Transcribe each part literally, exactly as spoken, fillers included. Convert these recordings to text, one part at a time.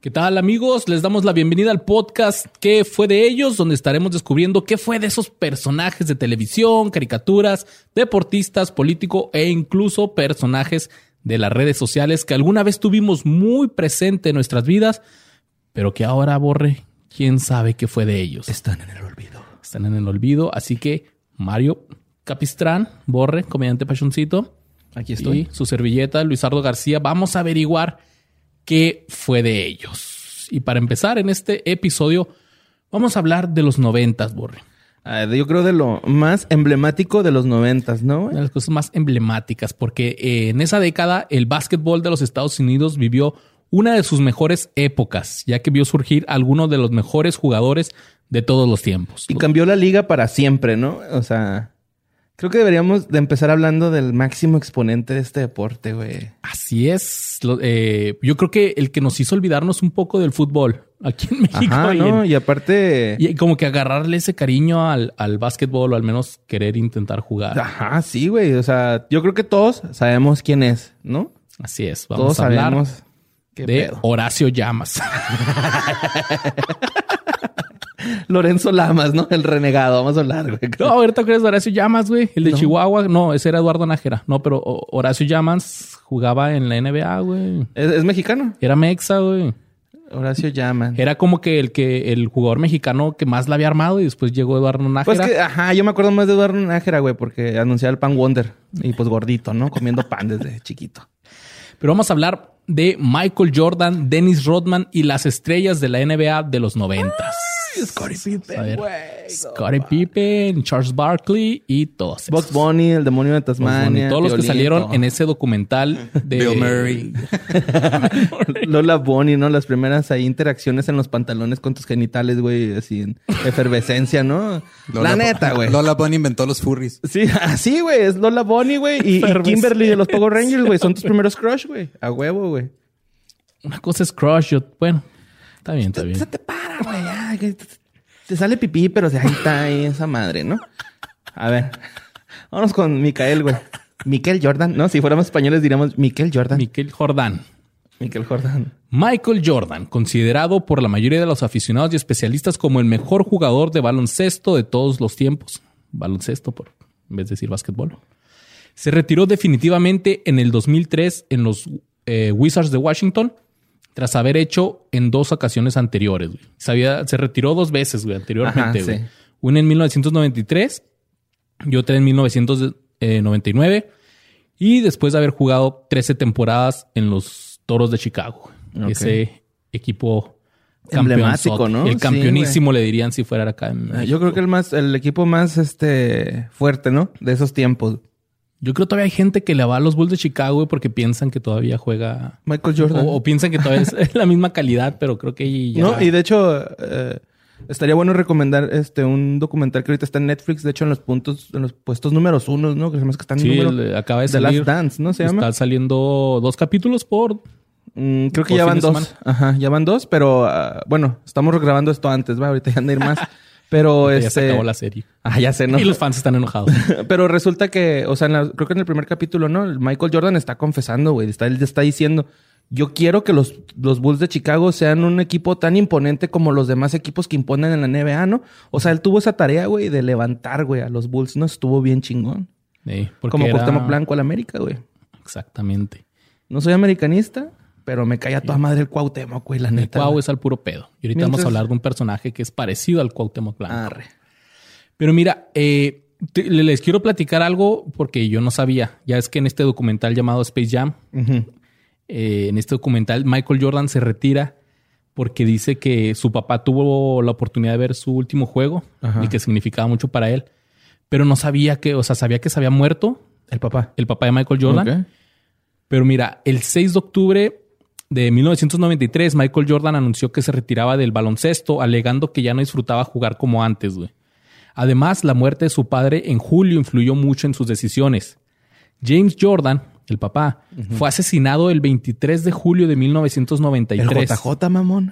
¿Qué tal, amigos? Les damos la bienvenida al podcast ¿Qué fue de ellos?, donde estaremos descubriendo qué fue de esos personajes de televisión, caricaturas, deportistas, políticos e incluso personajes de las redes sociales que alguna vez tuvimos muy presente en nuestras vidas, pero que ahora, Borre, quién sabe qué fue de ellos. Están en el olvido. Están en el olvido, así que Mario Capistrán, Borre, comediante pachoncito, aquí estoy, y su servilleta, Luisardo García, vamos a averiguar qué fue de ellos. Y para empezar en este episodio, vamos a hablar de los noventas, Borre. Uh, yo creo de lo más emblemático de los noventas, ¿no? Una de las cosas más emblemáticas, porque eh, en esa década el básquetbol de los Estados Unidos vivió una de sus mejores épocas, ya que vio surgir a algunos de los mejores jugadores de todos los tiempos. Y cambió la liga para siempre, ¿no? O sea, creo que deberíamos de empezar hablando del máximo exponente de este deporte, güey. Así es. Lo, eh, yo creo que el que nos hizo olvidarnos un poco del fútbol aquí en México. Ajá, y, ¿no? en, y aparte... Y como que agarrarle ese cariño al, al básquetbol o al menos querer intentar jugar. Ajá, sí, güey. O sea, yo creo que todos sabemos quién es, ¿no? Así es. Vamos todos a hablar sabemos de pedo. Horacio Llamas. Lorenzo Lamas, ¿no? El renegado. Vamos a hablar, güey. No, ahorita crees de Horacio Llamas, güey. El de no. Chihuahua. No, ese era Eduardo Nájera. No, pero Horacio Llamas jugaba en la N B A, güey. ¿Es, es mexicano? Era mexa, güey. Horacio Llamas. Era como que el que el jugador mexicano que más la había armado y después llegó Eduardo Nájera. Pues que, ajá, yo me acuerdo más de Eduardo Nájera, güey, porque anunciaba el Pan Wonder. Y pues gordito, ¿no? Comiendo pan desde chiquito. Pero vamos a hablar de Michael Jordan, Dennis Rodman y las estrellas de la N B A de los noventas. Scottie Pippen, güey. Scottie Pippen, Charles Barkley y todos esos. Bugs Bunny, el demonio de Tasmania. Todos los que Piolín, salieron todo. en ese documental de Bill Murray. Lola Bunny, ¿no? Las primeras ahí interacciones en los pantalones con tus genitales, güey. Así en efervescencia, ¿no? Lola, La neta, güey. Lola Bunny inventó los furries. Sí, así, güey. Es Lola Bunny, güey. Y, y Kimberly de los Power Rangers, güey. Son tus primeros crush, güey. A huevo, güey. Una cosa es crush. Yo, bueno, está bien, está bien. Se te para, güey. Ya, que te, te sale pipí, pero ahí está ahí esa madre, ¿no? A ver. Vámonos con Michael, güey. Michael Jordan. No, si fuéramos españoles diríamos Michael Jordan. Michael Jordan. Michael Jordan. Michael Jordan, considerado por la mayoría de los aficionados y especialistas como el mejor jugador de baloncesto de todos los tiempos. Baloncesto, por, en vez de decir básquetbol. Se retiró definitivamente en el dos mil tres en los eh, Wizards de Washington, tras haber hecho en dos ocasiones anteriores. Güey. Se, había, se retiró dos veces, güey, anteriormente. Ajá, güey. sí. Una en mil novecientos noventa y tres y otra en mil novecientos noventa y nueve. Y después de haber jugado trece temporadas en los Toros de Chicago. Okay. Ese equipo emblemático, ¿no? El campeonísimo, sí, le dirían si fuera acá en México. Yo creo que el más, el equipo más este fuerte, ¿no? De esos tiempos. Yo creo que todavía hay gente que le va a los Bulls de Chicago, güey, porque piensan que todavía juega Michael Jordan. O, o piensan que todavía es la misma calidad, pero creo que ya... No, y de hecho, eh, estaría bueno recomendar este un documental que ahorita está en Netflix, de hecho en los puntos, en los puestos números uno, ¿no? Que se me hace que están sí, en número el, acaba de The salir. Last Dance, ¿no? Se llama. Está saliendo dos capítulos por... Mm, creo que por ya van dos. Semana. Ajá, ya van dos, pero uh, bueno, estamos grabando esto antes, ¿va? Ahorita ya han de ir más. Pero ya este... se acabó la serie. Ah, ya sé, ¿no? Y los fans están enojados. Pero resulta que, o sea, en la, creo que en el primer capítulo, ¿no? Michael Jordan está confesando, güey. Está, él está diciendo, yo quiero que los, los Bulls de Chicago sean un equipo tan imponente como los demás equipos que imponen en la N B A, ¿no? O sea, él tuvo esa tarea, güey, de levantar, güey, a los Bulls. No estuvo bien chingón. Sí, como era... Cuauhtémoc Blanco al América, güey. Exactamente. No soy americanista, pero me cae a toda madre el Cuauhtémoc, güey, la neta. El Cuau es al puro pedo. Y ahorita Mientras... vamos a hablar de un personaje que es parecido al Cuauhtémoc Blanco. Arre. Pero mira, eh, te, les quiero platicar algo porque yo no sabía. Ya es que en este documental llamado Space Jam, uh-huh. eh, en este documental Michael Jordan se retira porque dice que su papá tuvo la oportunidad de ver su último juego uh-huh. y que significaba mucho para él. Pero no sabía que, o sea, sabía que se había muerto. El papá. El papá de Michael Jordan. Okay. Pero mira, el seis de octubre de mil novecientos noventa y tres, Michael Jordan anunció que se retiraba del baloncesto, alegando que ya no disfrutaba jugar como antes, güey. Además, la muerte de su padre en julio influyó mucho en sus decisiones. James Jordan, el papá, uh-huh. fue asesinado el veintitrés de julio de mil novecientos noventa y tres. ¿El J J, mamón?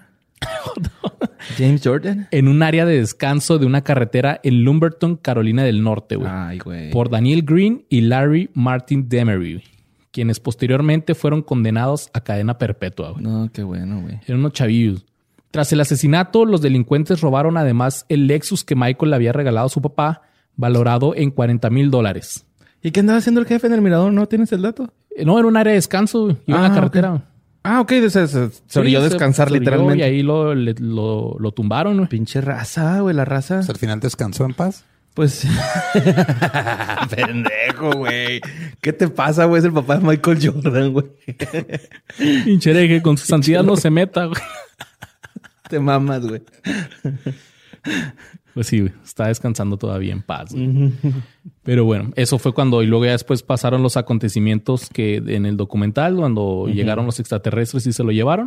James Jordan. En un área de descanso de una carretera en Lumberton, Carolina del Norte, güey. Ay, güey. Por Daniel Green y Larry Martin Demery. quienes posteriormente fueron condenados a cadena perpetua, güey. No, qué bueno, güey. Eran unos chavillos. Tras el asesinato, los delincuentes robaron además el Lexus que Michael le había regalado a su papá, valorado en cuarenta mil dólares. ¿Y qué andaba haciendo el jefe en el mirador? ¿No tienes el dato? No, era un área de descanso, güey. Iba Ah, en la carretera. ok. Ah, ok. Se, se, se Sí, orilló a se- descansar se orilló literalmente. Y ahí lo, le- lo, lo tumbaron, güey. Pinche raza, güey. La raza. Pues al final descansó en paz. Pues... Pendejo, güey. ¿Qué te pasa, güey? Es el papá de Michael Jordan, güey. Pinche hereje, con su santidad no se meta, güey. Te mamas, güey. Pues sí, güey. Está descansando todavía en paz, güey. Pero bueno, eso fue cuando... Y luego ya después pasaron los acontecimientos que en el documental, cuando llegaron los extraterrestres y se lo llevaron.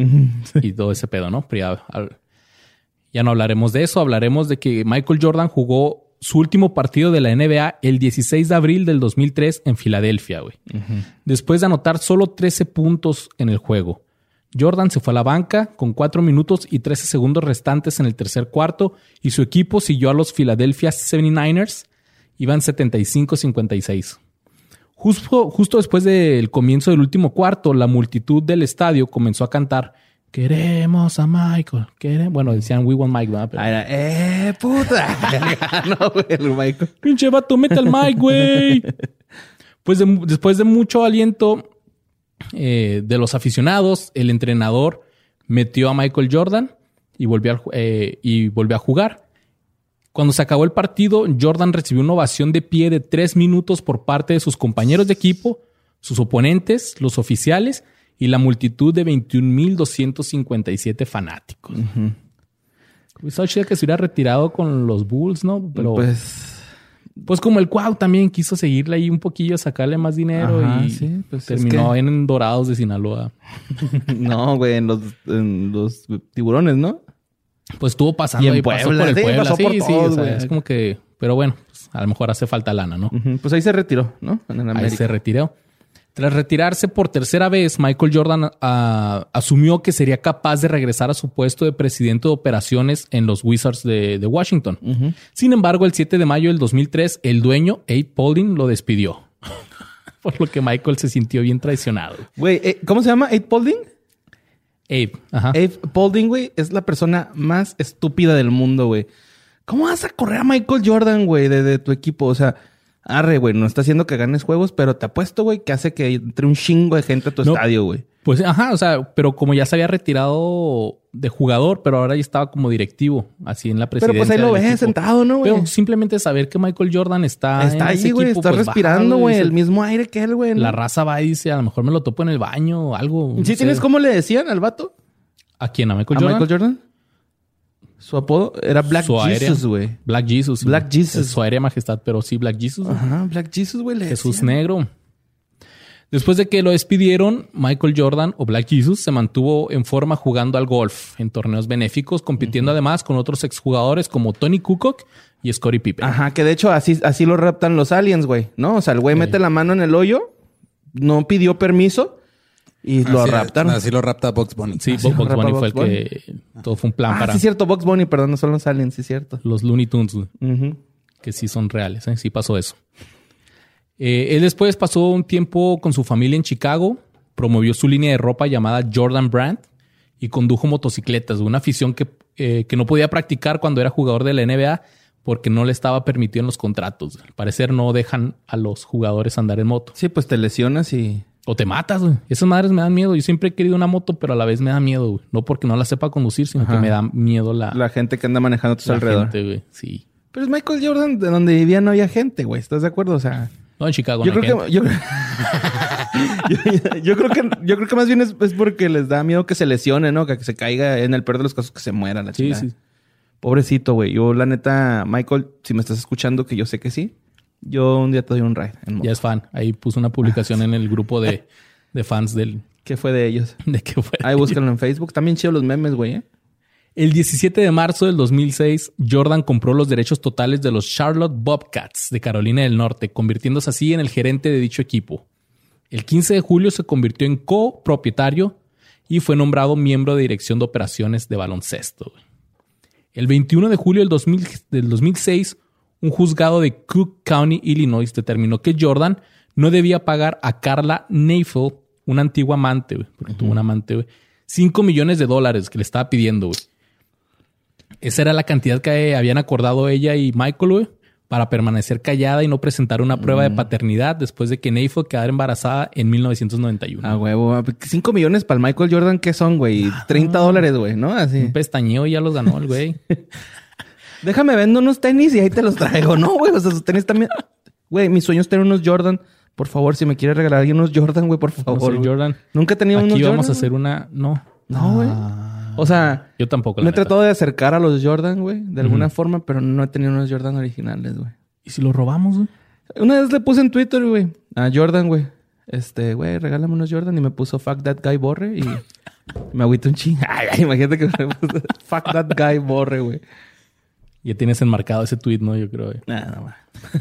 Y todo ese pedo, ¿no? Pero ya, al- ya no hablaremos de eso. Hablaremos de que Michael Jordan jugó su último partido de la N B A el dieciséis de abril del dos mil tres en Filadelfia, güey. Después de anotar solo trece puntos en el juego. Jordan se fue a la banca con cuatro minutos y trece segundos restantes en el tercer cuarto y su equipo siguió a los Philadelphia setenta y nueve ers. Iban setenta y cinco a cincuenta y seis. Justo, justo después del comienzo del último cuarto, la multitud del estadio comenzó a cantar "Queremos a Michael". Quere-". Bueno, decían "We want Mike", ¿verdad? Pero, Ah, era, ¡eh, puta! No, güey, el Michael. "Pinche vato, mete al Mike, güey". Pues de- después de mucho aliento eh, de los aficionados, el entrenador metió a Michael Jordan y volvió, al ju- eh, y volvió a jugar. Cuando se acabó el partido, Jordan recibió una ovación de pie de tres minutos por parte de sus compañeros de equipo, sus oponentes, los oficiales y la multitud de veintiún mil doscientos cincuenta y siete fanáticos. Hubiera chido que se hubiera retirado con los Bulls, ¿no? Pero pues, Pues... como el Cuau también quiso seguirle ahí un poquillo, sacarle más dinero Ajá, y sí, pues es terminó que- en Dorados de Sinaloa. No, güey, en los, en los tiburones, ¿no? Pues estuvo pasando Y en ahí, pasó Puebla, por el sí, Puebla. pasó Sí, por sí, todos, o sea, güey. es como que... Pero bueno, pues, a lo mejor hace falta lana, ¿no? Ujú. Pues ahí se retiró, ¿no? En Ahí América. se retiró. Tras retirarse por tercera vez, Michael Jordan ah, asumió que sería capaz de regresar a su puesto de presidente de operaciones en los Wizards de, de Washington. Sin embargo, el siete de mayo del dos mil tres, el dueño, Abe Polding, lo despidió. Por lo que Michael se sintió bien traicionado. Güey, eh, ¿cómo se llama? ¿Abe Polding? Abe, ajá. Abe Polding, güey, es la persona más estúpida del mundo, güey. ¿Cómo vas a correr a Michael Jordan, güey, de, de tu equipo? O sea, arre, güey, no está haciendo que ganes juegos, pero te apuesto, güey, que hace que entre un chingo de gente a tu No. estadio, güey. Pues, ajá, o sea, pero como ya se había retirado de jugador, pero ahora ya estaba como directivo, así en la Pero presidencia. pues ahí lo del ves equipo. sentado, ¿no, güey? Pero simplemente saber que Michael Jordan está, Está en ese ahí, güey, equipo, está pues, respirando, baja, güey, dice, el mismo aire que él, güey. ¿no? La raza va y dice, a lo mejor me lo topo en el baño o algo. no ¿Sí sé. tienes cómo le decían al vato? ¿A quién? ¿A Michael ¿A Jordan? Michael Jordan? Su apodo era Black Su aérea. Jesus, güey. Black Jesus. sí. Black Jesus. Es su aérea majestad, pero sí, Black Jesus. güey. Ajá, Black Jesus, güey. le Jesús decían. negro. Después de que lo despidieron, Michael Jordan o Black Jesus se mantuvo en forma jugando al golf en torneos benéficos, compitiendo además con otros exjugadores como Tony Kukoc y Scottie Pippen. Ajá, que de hecho así, así lo raptan los aliens, güey. ¿No? O sea, el güey mete la mano en el hoyo, no pidió permiso y lo Así- raptaron. Así lo rapta Bugs Bunny. Sí, sí, Bugs rapa Bunny Bugs fue el Bunny. que... Todo fue un plan Ah, para sí, cierto. Bugs Bunny, perdón, no son los aliens, sí, cierto. los Looney Tunes, güey, Ujú. que sí son reales. ¿eh? Sí pasó eso. Eh, él después pasó un tiempo con su familia en Chicago, promovió su línea de ropa llamada Jordan Brand y condujo motocicletas, una afición que, eh, que no podía practicar cuando era jugador de la N B A porque no le estaba permitido en los contratos. Al parecer no dejan a los jugadores andar en moto. Sí, pues te lesionas y... O te matas, güey. Esas madres me dan miedo. Yo siempre he querido una moto, pero a la vez me da miedo, güey. No porque no la sepa conducir, sino Ajá. que me da miedo la, La gente que anda manejando a tu la alrededor. gente, güey. Sí. Pero es Michael Jordan, de donde vivía no había gente, güey. ¿Estás de acuerdo? O sea... No, en Chicago Yo no hay creo, gente. que, yo, yo, yo creo que yo creo que más bien es, es porque les da miedo que se lesione, ¿no? Que se caiga, en el peor de los casos, que se muera la Sí, chingada. sí. Pobrecito, güey. Yo, la neta, Michael, si me estás escuchando, que yo sé que sí, yo un día te doy un ride en moto. Ya es fan. Ahí puso una publicación en el grupo de, de fans del... ¿Qué fue de ellos? De que fue. Ahí búscalo en Facebook. También chido los memes, güey, ¿eh? El diecisiete de marzo del dos mil seis, Jordan compró los derechos totales de los Charlotte Bobcats de Carolina del Norte, convirtiéndose así en el gerente de dicho equipo. El quince de julio se convirtió en copropietario y fue nombrado miembro de dirección de operaciones de baloncesto. güey. El veintiuno de julio del, dos mil, del dos mil seis, un juzgado de Cook County, Illinois, determinó que Jordan no debía pagar a Carla Neifel, una antigua amante, güey, porque uh-huh. tuvo un amante, güey, cinco millones de dólares que le estaba pidiendo, güey. Esa era la cantidad que habían acordado ella y Michael, güey, para permanecer callada y no presentar una prueba mm. de paternidad después de que Neifel quedara embarazada en mil novecientos noventa y uno. Ah, huevo. Cinco millones para el Michael Jordan, ¿qué son, güey? treinta dólares, güey, ¿no? Así. Un pestañeo y ya los ganó el güey. Déjame vendo unos tenis y ahí te los traigo, ¿no, güey? O sea, sus tenis también... Güey, mi sueño es tener unos Jordan. Por favor, si me quiere regalar alguien unos Jordan, güey, por favor. No, Jordan. Nunca he tenido Aquí unos Jordan. Aquí vamos a hacer una... No. No, güey. Ah. O sea... Yo tampoco, me he tratado de acercar a los Jordan, güey. De alguna uh-huh. forma, pero no he tenido unos Jordan originales, güey. ¿Y si los robamos, güey? Una vez le puse en Twitter, güey, a Jordan, güey. Este, güey, regálame unos Jordan. Y me puso fuck that guy borre. Y me agüité un ching. Ay, ay, imagínate que me puso fuck that guy borre, güey. Ya tienes enmarcado ese tweet, ¿no? Yo creo, güey. Nada, no,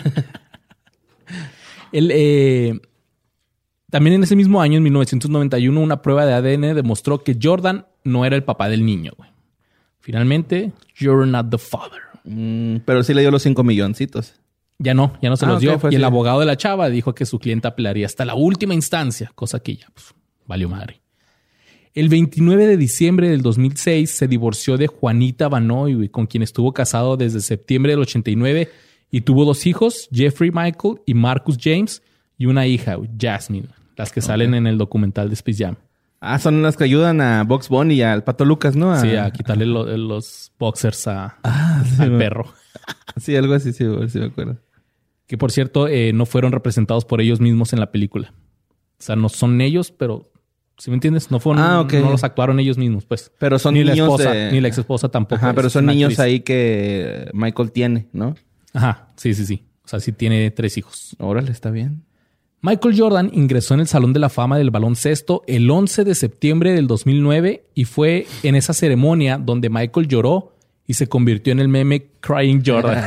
El, eh, también en ese mismo año, en mil novecientos noventa y uno, una prueba de A D N demostró que Jordan no era el papá del niño, güey. Finalmente, you're not the father. Mm, pero sí le dio los cinco milloncitos. Ya no, ya no se ah, los okay, dio. fue y así. el abogado de la chava dijo que su cliente apelaría hasta la última instancia, cosa que ya, pues, valió madre. El veintinueve de diciembre del dos mil seis se divorció de Juanita Banoy, güey, con quien estuvo casado desde septiembre del ochenta y nueve y tuvo dos hijos, Jeffrey Michael y Marcus James, y una hija, güey, Jasmine, las que okay. salen en el documental de Space Jam. Ah, son las que ayudan a Bugs Bunny y al Pato Lucas, ¿no? A... Sí, a quitarle lo, los boxers a, ah, sí, al no. perro. Sí, algo así, sí, sí me acuerdo. Que, por cierto, eh, no fueron representados por ellos mismos en la película. O sea, no son ellos, pero... ¿Sí me entiendes? No fueron... Ah, okay. No los actuaron ellos mismos, pues. Pero son ni niños la esposa, de... Ni la ex esposa tampoco. Ajá, pero son niños actriz. ahí que Michael tiene, ¿no? Ajá, sí, sí, sí. O sea, sí tiene tres hijos. Órale, está bien. Michael Jordan ingresó en el Salón de la Fama del Baloncesto el once de septiembre del dos mil nueve y fue en esa ceremonia donde Michael lloró y se convirtió en el meme Crying Jordan.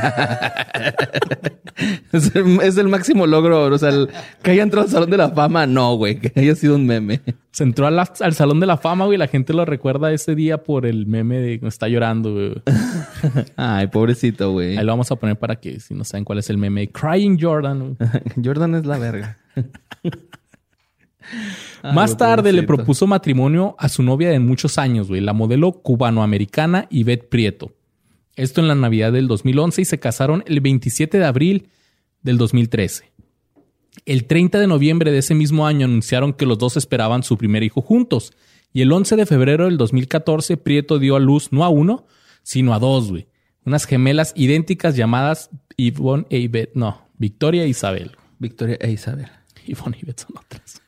es, el, es el máximo logro. O sea, el, que haya entrado al Salón de la Fama, no, güey. Que haya sido un meme. Se entró a la, al Salón de la Fama, güey. La gente lo recuerda ese día por el meme de que está llorando, güey. Ay, pobrecito, güey. Ahí lo vamos a poner para que, si no saben cuál es el meme, Crying Jordan. Jordan es la verga. Ay, Más tarde le propuso matrimonio a su novia de muchos años, güey, la modelo cubanoamericana Ivette Prieto. Esto en la Navidad del dos mil once y se casaron el veintisiete de abril del dos mil trece. El treinta de noviembre de ese mismo año anunciaron que los dos esperaban su primer hijo juntos. Y el once de febrero del dos mil catorce, Prieto dio a luz no a uno, sino a dos, güey. Unas gemelas idénticas llamadas Yvonne e Ivette. No, Victoria e Isabel. Victoria e Isabel. Yvonne y Ivette son otras.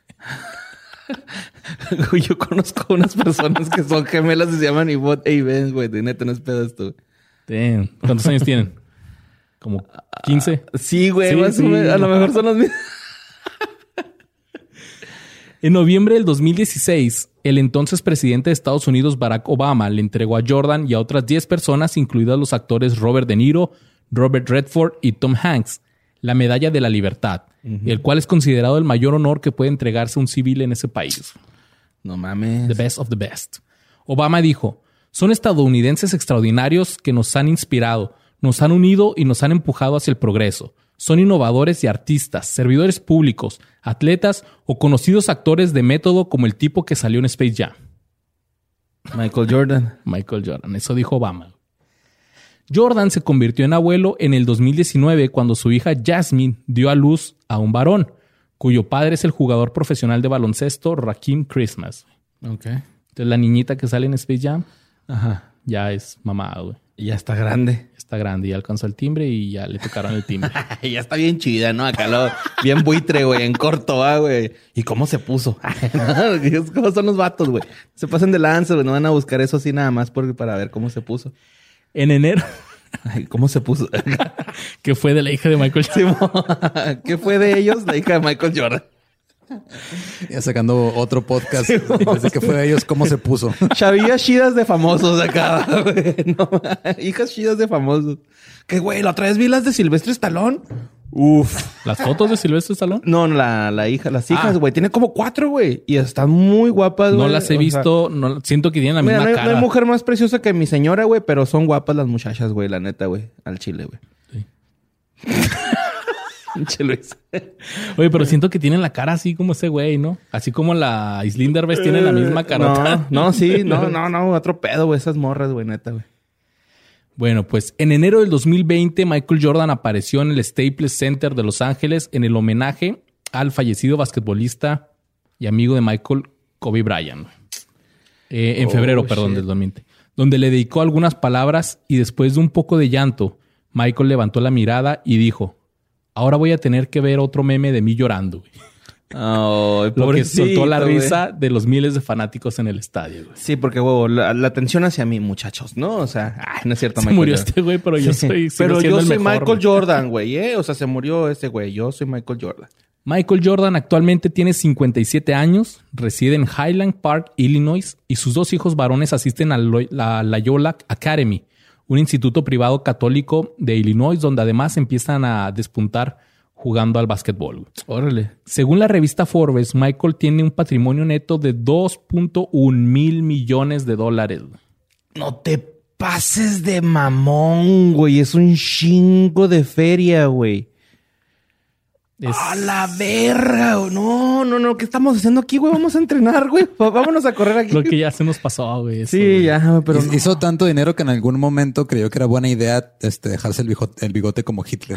Yo conozco unas personas que son gemelas y se llaman Yvonne e Ivette, güey. De neta, no es pedo esto, güey. Damn. ¿Cuántos años tienen? ¿Como quince? Sí, güey. Sí, más sí. o menos. A lo mejor son los mismos. En noviembre del dos mil dieciséis, el entonces presidente de Estados Unidos, Barack Obama, le entregó a Jordan y a otras diez personas, incluidos los actores Robert De Niro, Robert Redford y Tom Hanks, la Medalla de la Libertad, uh-huh. el cual es considerado el mayor honor que puede entregarse a un civil en ese país. No mames. The best of the best. Obama dijo, son estadounidenses extraordinarios que nos han inspirado, nos han unido y nos han empujado hacia el progreso. Son innovadores y artistas, servidores públicos, atletas o conocidos actores de método como el tipo que salió en Space Jam. Michael Jordan. Michael Jordan. Eso dijo Obama. Jordan se convirtió en abuelo en el dos mil diecinueve cuando su hija Jasmine dio a luz a un varón, cuyo padre es el jugador profesional de baloncesto Raheem Christmas. Okay. Entonces la niñita que sale en Space Jam, ajá, ya es mamá, güey. Y ya está grande. Está grande, ya alcanzó el timbre y ya le tocaron el timbre. Ya está bien chida, ¿no? Acá lo... Bien buitre, güey. En corto, ah, güey. ¿Y cómo se puso? ¿Cómo son los vatos, güey? Se pasan de lanza, güey. No van a buscar eso así nada más porque para ver cómo se puso. En enero... Ay, ¿cómo se puso? ¿Qué fue de la hija de Michael Jordan? ¿Qué fue de ellos? La hija de Michael Jordan. Ya sacando otro podcast. Sí, desde que fue de ellos, ¿cómo se puso? Chavillas chidas de famosos acá, güey. No, hijas chidas de famosos. ¿Qué, güey? ¿La otra vez vi las de Silvestre Stallone? Uf. ¿Las fotos de Silvestre Stallone? No, la, la hija, las hijas, güey. Ah. Tiene como cuatro, güey. Y están muy guapas, güey. No las he o visto. Sea, no, siento que tienen la mira, misma no hay, cara. No hay mujer más preciosa que mi señora, güey. Pero son guapas las muchachas, güey. La neta, güey. Al chile, güey. Sí. Pinche Luis. Oye, pero siento que tienen la cara así como ese güey, ¿no? Así como la Aislinn Derbez tiene la misma carota. No, no, sí. No, no, no. Otro pedo, güey. Esas morras, güey. Neta, güey. Bueno, pues en enero del dos mil veinte, Michael Jordan apareció en el Staples Center de Los Ángeles en el homenaje al fallecido basquetbolista y amigo de Michael, Kobe Bryant. Eh, en Oh, febrero, perdón, shit. del dos mil veinte. Donde le dedicó algunas palabras y después de un poco de llanto, Michael levantó la mirada y dijo: ahora voy a tener que ver otro meme de mí llorando, güey. Oh, Lo que soltó la güey. risa de los miles de fanáticos en el estadio, güey. Sí, porque, huevo, la, la atención hacia mí, muchachos, ¿no? O sea, ay, no es cierto, Se Michael murió Jordan. este güey, pero yo Sí. soy... sigo Pero siendo yo el soy mejor, Michael güey. Jordan, güey, ¿eh? O sea, se murió este güey. Yo soy Michael Jordan. Michael Jordan actualmente tiene cincuenta y siete años, reside en Highland Park, Illinois, y sus dos hijos varones asisten a Lo- la Loyola Academy, un instituto privado católico de Illinois, donde además empiezan a despuntar jugando al básquetbol. Órale. Según la revista Forbes, Michael tiene un patrimonio neto de dos punto uno mil millones de dólares. No te pases de mamón, güey. Es un chingo de feria, güey. Es- ¡A la verga! Güey. No, no, no. ¿Qué estamos haciendo aquí, güey? Vamos a entrenar, güey. Va- Vámonos a correr aquí. Lo que ya se nos pasó, güey. eso, Sí, güey. ya, pero... Hizo- Hizo tanto dinero que en algún momento creyó que era buena idea este, dejarse el bigote, el bigote como Hitler.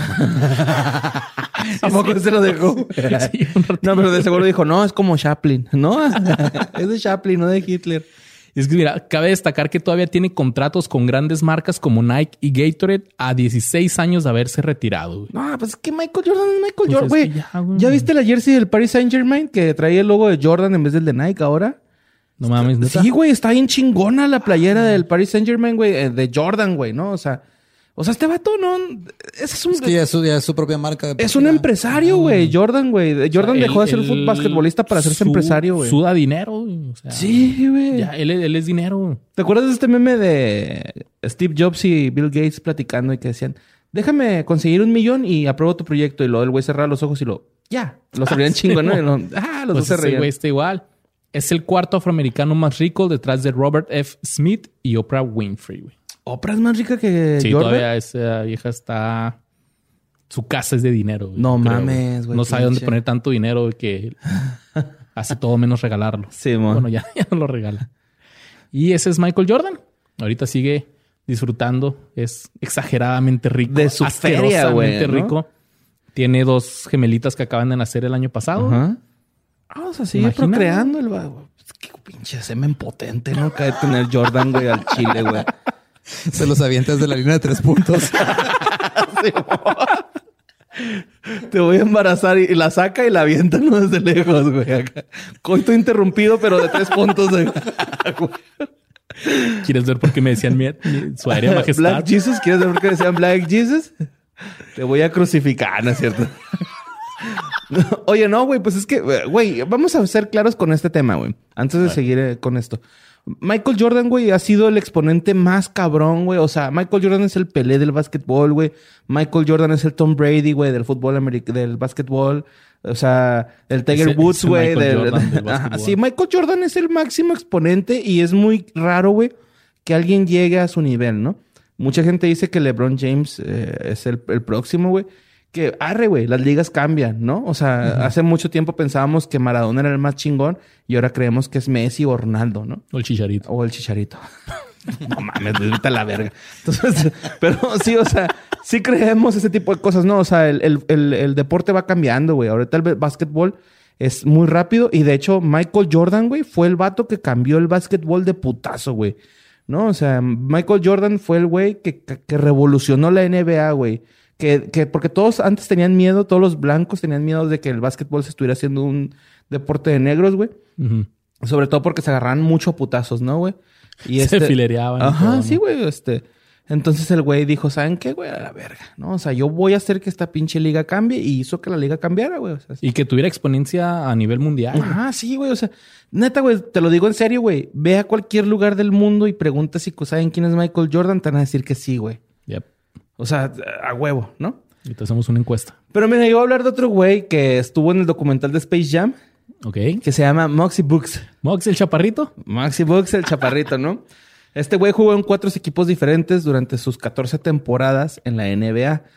¿A poco se lo dejó? Sí, un ratito. No, pero de seguro dijo, no, es como Chaplin. No, es de Chaplin, no de Hitler. Es que mira, cabe destacar que todavía tiene contratos con grandes marcas como Nike y Gatorade a dieciséis años de haberse retirado, güey. No, pues es que Michael Jordan es Michael Pues Jordan, es güey. que ya, güey. ¿Ya viste la jersey del Paris Saint Germain que traía el logo de Jordan en vez del de Nike ahora? No mames, ¿neta? Sí, güey, está bien chingona la playera del Paris Saint Germain, güey, eh, de Jordan, güey, ¿no? O sea, o sea, este vato, ¿no? Ese es un... Es que ya es su, ya es su propia marca. de Es un partida. empresario, güey. Jordan, güey. Jordan O sea, dejó de ser él- fut- él basquetbolista para hacerse su- empresario, güey. Suda dinero, güey. O sea, Sí, güey. ya, él, él es dinero, güey. ¿Te acuerdas de este meme de Steve Jobs y Bill Gates platicando y que decían, déjame conseguir un millón y apruebo tu proyecto? Y luego el güey cerraba los ojos y lo, ya. Los abrían chingo, ¿no? Y lo, ah, los Pues dos se ese reían. güey está igual. Es el cuarto afroamericano más rico detrás de Robert F. Smith y Oprah Winfrey, güey. ¿Oprah es más rica que Sí, Jordan? todavía esa vieja está... Su casa es de dinero, güey. No yo creo, mames, güey, No sabe dónde pinche. poner tanto dinero güey, que hace todo menos regalarlo. Sí, mon. Bueno, ya, ya no lo regala. Y ese es Michael Jordan. Ahorita sigue disfrutando. Es exageradamente rico. De su feria, güey, asquerosamente ¿no? rico. Tiene dos gemelitas que acaban de nacer el año pasado. Ajá. Ah, o sea, sigue Imagina, procreando el vago. Es que pinche semen potente, ¿no? Cae tener Jordan, güey, al chile, güey. Se los avientas de la línea de tres puntos. Te voy a embarazar y, y la saca y la avienta, ¿no? Desde lejos, güey. Acá. Coito interrumpido, pero de tres puntos. De... ¿Quieres ver por qué me decían mi, mi- su aérea majestad? Black Jesus, ¿quieres ver por qué decían Black Jesus? Te voy a crucificar, ¿no es cierto? Oye, no, güey, pues es que, güey, vamos a ser claros con este tema, güey. Antes de seguir eh, con esto. Michael Jordan, güey, ha sido el exponente más cabrón, güey. O sea, Michael Jordan es el Pelé del básquetbol, güey. Michael Jordan es el Tom Brady, güey, del fútbol americano, del básquetbol. O sea, el Tiger Ese- Woods, ese güey. Michael del- Jordan del Ajá, básquetbol. sí, Michael Jordan es el máximo exponente y es muy raro, güey, que alguien llegue a su nivel, ¿no? Mucha gente dice que LeBron James eh, es el, el próximo, güey. Que, arre, güey, las ligas cambian, ¿no? O sea, uh-huh. hace mucho tiempo pensábamos que Maradona era el más chingón y ahora creemos que es Messi o Ronaldo, ¿no? O el Chicharito. O el Chicharito. No mames, vete a la verga. Entonces, pero sí, o sea, sí creemos ese tipo de cosas, ¿no? O sea, el, el, el, el deporte va cambiando, güey. Ahorita el básquetbol es muy rápido y de hecho Michael Jordan, güey, fue el vato que cambió el básquetbol de putazo, güey. ¿No? O sea, Michael Jordan fue el güey que, que, que revolucionó la N B A, güey. Que, que porque todos antes tenían miedo, todos los blancos tenían miedo de que el básquetbol se estuviera haciendo un deporte de negros, güey. Uh-huh. Sobre todo porque se agarraban mucho a putazos, ¿no, güey? Y se este, filereaban. Ajá, todo, ¿no? sí, güey. Este, entonces el güey dijo, ¿saben qué, güey? A la verga, ¿no? O sea, yo voy a hacer que esta pinche liga cambie y hizo que la liga cambiara, güey. O sea, y que tuviera exponencia a nivel mundial. Ajá, sí, güey. O sea, neta, güey, te lo digo en serio, güey. Ve a cualquier lugar del mundo y pregunta si saben quién es Michael Jordan, te van a decir que sí, güey. Yep. O sea, a huevo, ¿no? Y te hacemos una encuesta. Pero mira, yo voy a hablar de otro güey que estuvo en el documental de Space Jam. Ok. Que se llama Moxie Books. Mox, el chaparrito. Moxie Books, el chaparrito, ¿no? Este güey jugó en cuatro equipos diferentes durante sus catorce temporadas en la N B A.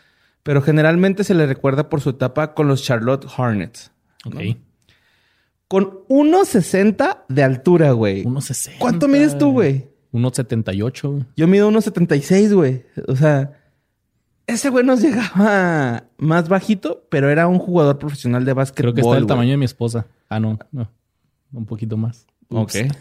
pero generalmente se le recuerda por su etapa con los Charlotte Hornets. Ok. ¿no? Con uno sesenta de altura, güey. uno sesenta. ¿Cuánto mides tú, güey? uno setenta y ocho. Yo mido uno setenta y seis, güey. O sea, ese güey nos llegaba más bajito, pero era un jugador profesional de básquetbol. Creo que está del güey. tamaño de mi esposa. Ah, no, no. Un poquito más. Ups. Ok.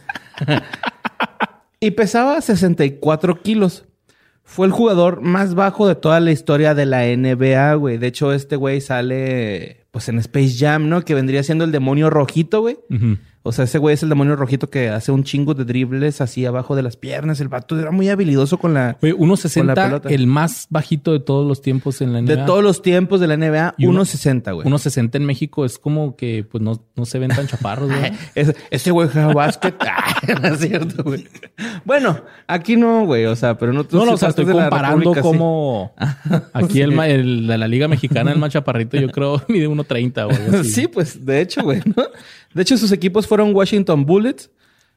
Y pesaba sesenta y cuatro kilos. Fue el jugador más bajo de toda la historia de la N B A, güey. De hecho, este güey sale, pues, en Space Jam, ¿no? Que vendría siendo el demonio rojito, güey. Ujú. O sea, ese güey es el demonio rojito que hace un chingo de dribles así abajo de las piernas. El vato era muy habilidoso con la... Oye, uno Con la sesenta, pelota. el más bajito de todos los tiempos en la N B A. De todos los tiempos de la N B A, Y uno- uno sesenta, güey. uno sesenta en México es como que pues no, no se ven tan chaparros, güey. Ese, ese güey juega básquet. Ay, no es cierto, güey. Bueno, aquí no, güey. O sea, pero no... tú No, no, sí o sea, partes estoy de la comparando República, sí. como aquí el, ma- el de la Liga Mexicana, el más chaparrito, yo creo mide uno treinta, güey. así. Sí, pues, de hecho, güey, ¿no? De hecho, sus equipos fueron Washington Bullets,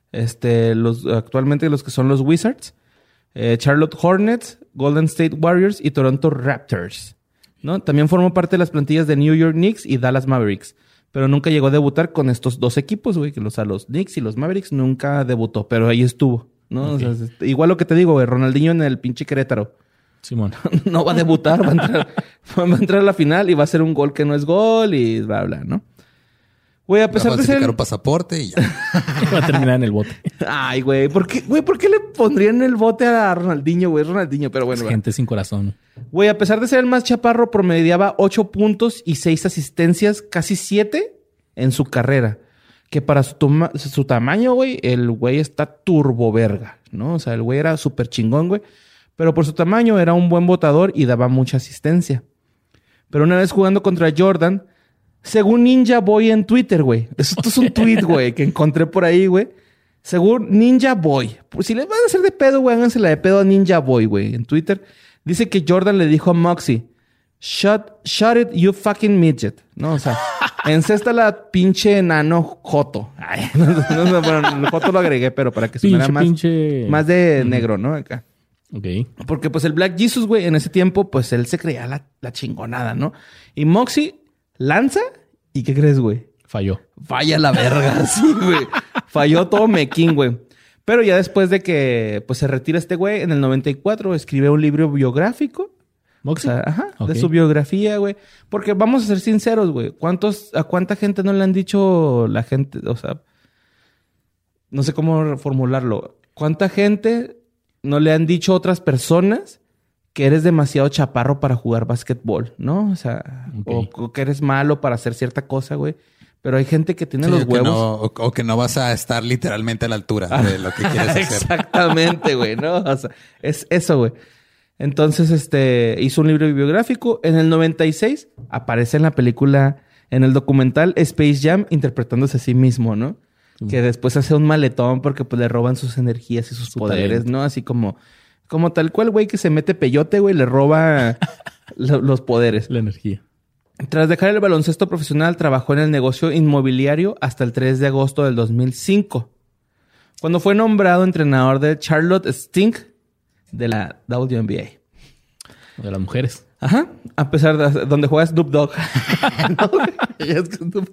este, los, actualmente los que son los Wizards, eh, Charlotte Hornets, Golden State Warriors y Toronto Raptors, ¿no? También formó parte de las plantillas de New York Knicks y Dallas Mavericks, pero nunca llegó a debutar con estos dos equipos, güey, que los, a los Knicks y los Mavericks nunca debutó, pero ahí estuvo, ¿no? Ok. O sea, es- igual lo que te digo, güey, Ronaldinho en el pinche Querétaro. Simón. No va a debutar, va a entrar, va a entrar a la final y va a hacer un gol que no es gol y bla, bla, ¿no? Güey, a Va a pesar de falsificar ser... un pasaporte y ya. Va a terminar en el bote. Ay, güey, ¿por qué, güey, ¿por qué le pondrían el bote a Ronaldinho, güey? Ronaldinho, pero bueno, Es güey. gente sin corazón. Güey, a pesar de ser el más chaparro, promediaba ocho puntos y seis asistencias, casi siete en su carrera. Que para su, toma- su tamaño, güey, el güey está turbo verga, ¿no? O sea, el güey era súper chingón, güey. Pero por su tamaño era un buen botador y daba mucha asistencia. Pero una vez jugando contra Jordan, según Ninja Boy en Twitter, güey. Esto es un tweet, güey, que encontré por ahí, güey. Según Ninja Boy. Pues si les van a hacer de pedo, güey, hágansela de pedo a Ninja Boy, güey. En Twitter dice que Jordan le dijo a Moxie, Shut, shut it, you fucking midget. No, o sea, encesta la pinche enano joto. Ay, no, no, no, bueno, el joto lo agregué, pero para que sonara Pinche, más, pinche. más de negro, ¿no? Acá. Ok. Porque pues el Black Jesus, güey, en ese tiempo, pues él se creía la, la chingonada, ¿no? Y Moxie lanza y ¿qué crees, güey? Falló. Falla la verga, sí, güey. Falló todo mequín, güey. Pero ya después de que pues se retira este güey, en el noventa y cuatro escribe un libro biográfico. O ¿Moxie? sea, ajá, Ok. de su biografía, güey. Porque vamos a ser sinceros, güey. ¿Cuántos, a cuánta gente no le han dicho la gente? O sea, no sé cómo formularlo. ¿Cuánta gente no le han dicho otras personas que eres demasiado chaparro para jugar básquetbol, ¿no? O sea, Ok. o, o que eres malo para hacer cierta cosa, güey. Pero hay gente que tiene Sí, los o que huevos. no- o, o que no vas a estar literalmente a la altura de lo que quieres hacer. Exactamente, güey, ¿no? O sea, es eso, güey. Entonces, este, hizo un libro biográfico. En el noventa y seis aparece en la película, en el documental Space Jam, interpretándose a sí mismo, ¿no? Que después hace un maletón porque pues le roban sus energías y sus Su poderes, talento. ¿no? Así como, como tal cual, güey, que se mete peyote, güey, le roba lo- los poderes. La energía. Tras dejar el baloncesto profesional, trabajó en el negocio inmobiliario hasta el tres de agosto del dos mil cinco, cuando fue nombrado entrenador de Charlotte Stink de la W N B A. De las mujeres. Ajá. A pesar de donde juega Snoop Dogg. No, güey. Ya es que Snoop-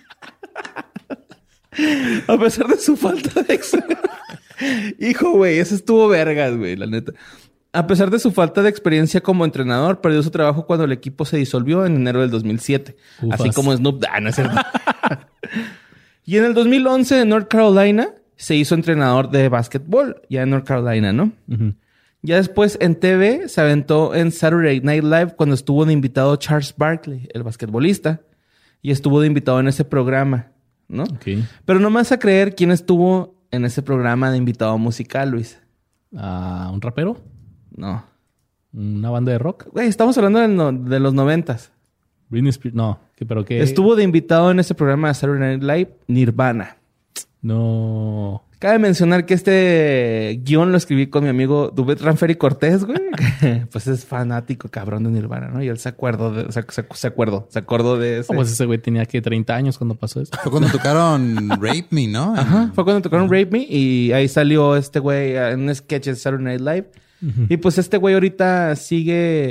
A pesar de su falta de ex... Hijo, güey, eso estuvo vergas, güey, la neta. A pesar de su falta de experiencia como entrenador, perdió su trabajo cuando el equipo se disolvió en enero del dos mil siete. Ufas. Así como Snoop Dogg, ¿no es cierto? Y en el dos mil once en North Carolina se hizo entrenador de básquetbol, ya en North Carolina, ¿no? Ujú. Ya después en T V se aventó en Saturday Night Live cuando estuvo de invitado Charles Barkley, el basquetbolista, y estuvo de invitado en ese programa, ¿no? Ok. Pero no me vas a creer quién estuvo en ese programa de invitado musical, Luis. Ah, ¿un rapero? No. ¿Una banda de rock? Güey, estamos hablando del no- de los noventas. Britney Spears. No. ¿Qué, ¿Pero qué? Estuvo de invitado en ese programa de Saturday Night Live, Nirvana. No. Cabe mencionar que este guión lo escribí con mi amigo Dubet Ranferi Cortés, güey. Que, pues es fanático cabrón de Nirvana, ¿no? Y él se acordó de, se, se, se acordó, se acordó de ese. No, pues ese güey tenía que treinta años cuando pasó eso. Fue cuando tocaron Rape Me, ¿no? En- Ajá, fue cuando tocaron Rape Me y ahí salió este güey en un sketch de Saturday Night Live. Ujú. Y pues este güey ahorita sigue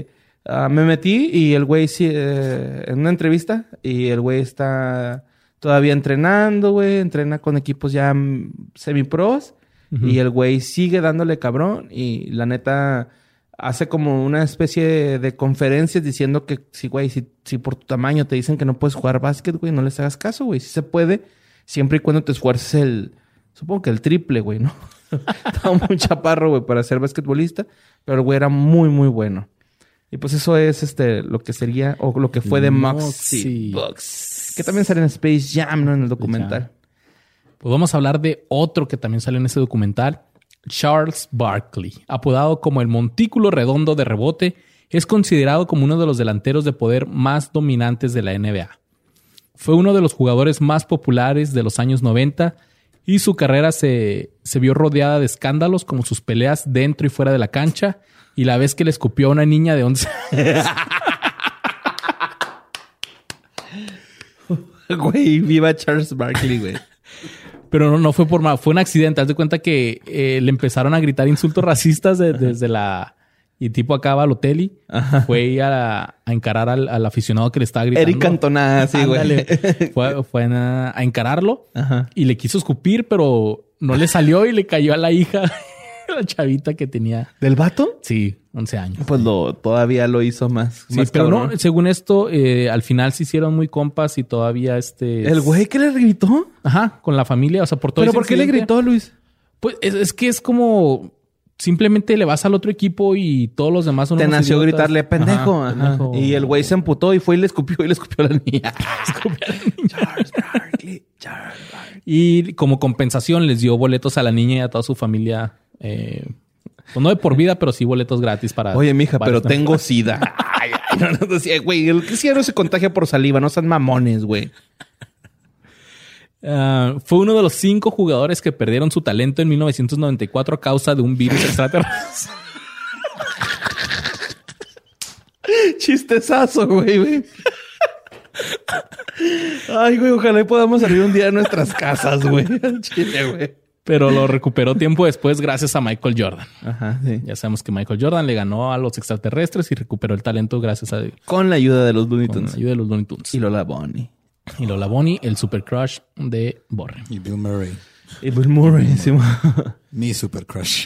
Uh, me metí y el güey sí, eh, en una entrevista y el güey está todavía entrenando, güey. Entrena con equipos ya semi-pros. Uh-huh. Y el güey sigue dándole cabrón. Y la neta hace como una especie de conferencias diciendo que sí, güey, si, si por tu tamaño te dicen que no puedes jugar básquet, güey, no les hagas caso, güey. Sí se puede, siempre y cuando te esfuerces el... Supongo que el triple, güey, ¿no? Estaba muy chaparro, güey, para ser basquetbolista. Pero el güey era muy, muy bueno. Y pues eso es este lo que sería, o lo que fue de Moxie Bucks. Que también sale en Space Jam, ¿no? En el documental. Pues vamos a hablar de otro que también sale en ese documental. Charles Barkley, apodado como el montículo redondo de rebote, es considerado como uno de los delanteros de poder más dominantes de la N B A. Fue uno de los jugadores más populares de los años noventa y su carrera se, se vio rodeada de escándalos como sus peleas dentro y fuera de la cancha y la vez que le escupió a una niña de once años. Güey, viva Charles Barkley, güey. Pero no, no fue por mal, fue un accidente. Haz de cuenta que eh, le empezaron a gritar insultos racistas de, desde la... Y tipo acá Balotelli fue a, a encarar al, al aficionado que le estaba gritando. Eric Cantona, sí, güey. Fue, fue a, a encararlo. Ajá. Y le quiso escupir, pero no le salió y le cayó a la hija, la chavita que tenía. ¿Del vato? Sí, once años. Pues lo todavía lo hizo más. Sí, más pero cabrón. no, según esto, eh, al final se hicieron muy compas y todavía este... ¿El güey que le gritó? Ajá, con la familia, o sea, por todo ¿Pero ese por qué incidente. le gritó, Luis? Pues es, es que es como... Simplemente le vas al otro equipo y todos los demás son Te unos nació idiotas. gritarle pendejo. Ajá, Ajá. pendejo. Y el güey se emputó y fue y le escupió y le escupió a la niña. Escupió a la niña. Charles Barkley, Charles Barkley. Y como compensación les dio boletos a la niña y a toda su familia. Eh, pues no de por vida, pero sí boletos gratis para... Oye, mija, pero para tengo sida. Ay, ay, no, no, decía, güey, el que sí no se contagia por saliva. No sean mamones, güey. Uh, fue uno de los cinco jugadores que perdieron su talento en mil novecientos noventa y cuatro a causa de un virus extraterrestre. Chistezazo, güey, güey. Ay, güey, ojalá podamos salir un día de nuestras casas, güey. Chile, güey. Pero lo recuperó tiempo después gracias a Michael Jordan. Ajá, sí. Ya sabemos que Michael Jordan le ganó a los extraterrestres y recuperó el talento gracias a... Con la ayuda de los Looney Tunes. Con la ayuda de los Looney Tunes. Y Lola Bunny. Y Lola Bunny, el super crush de Borre. Y Bill Murray. Y Bill Murray, sí. Mi super crush.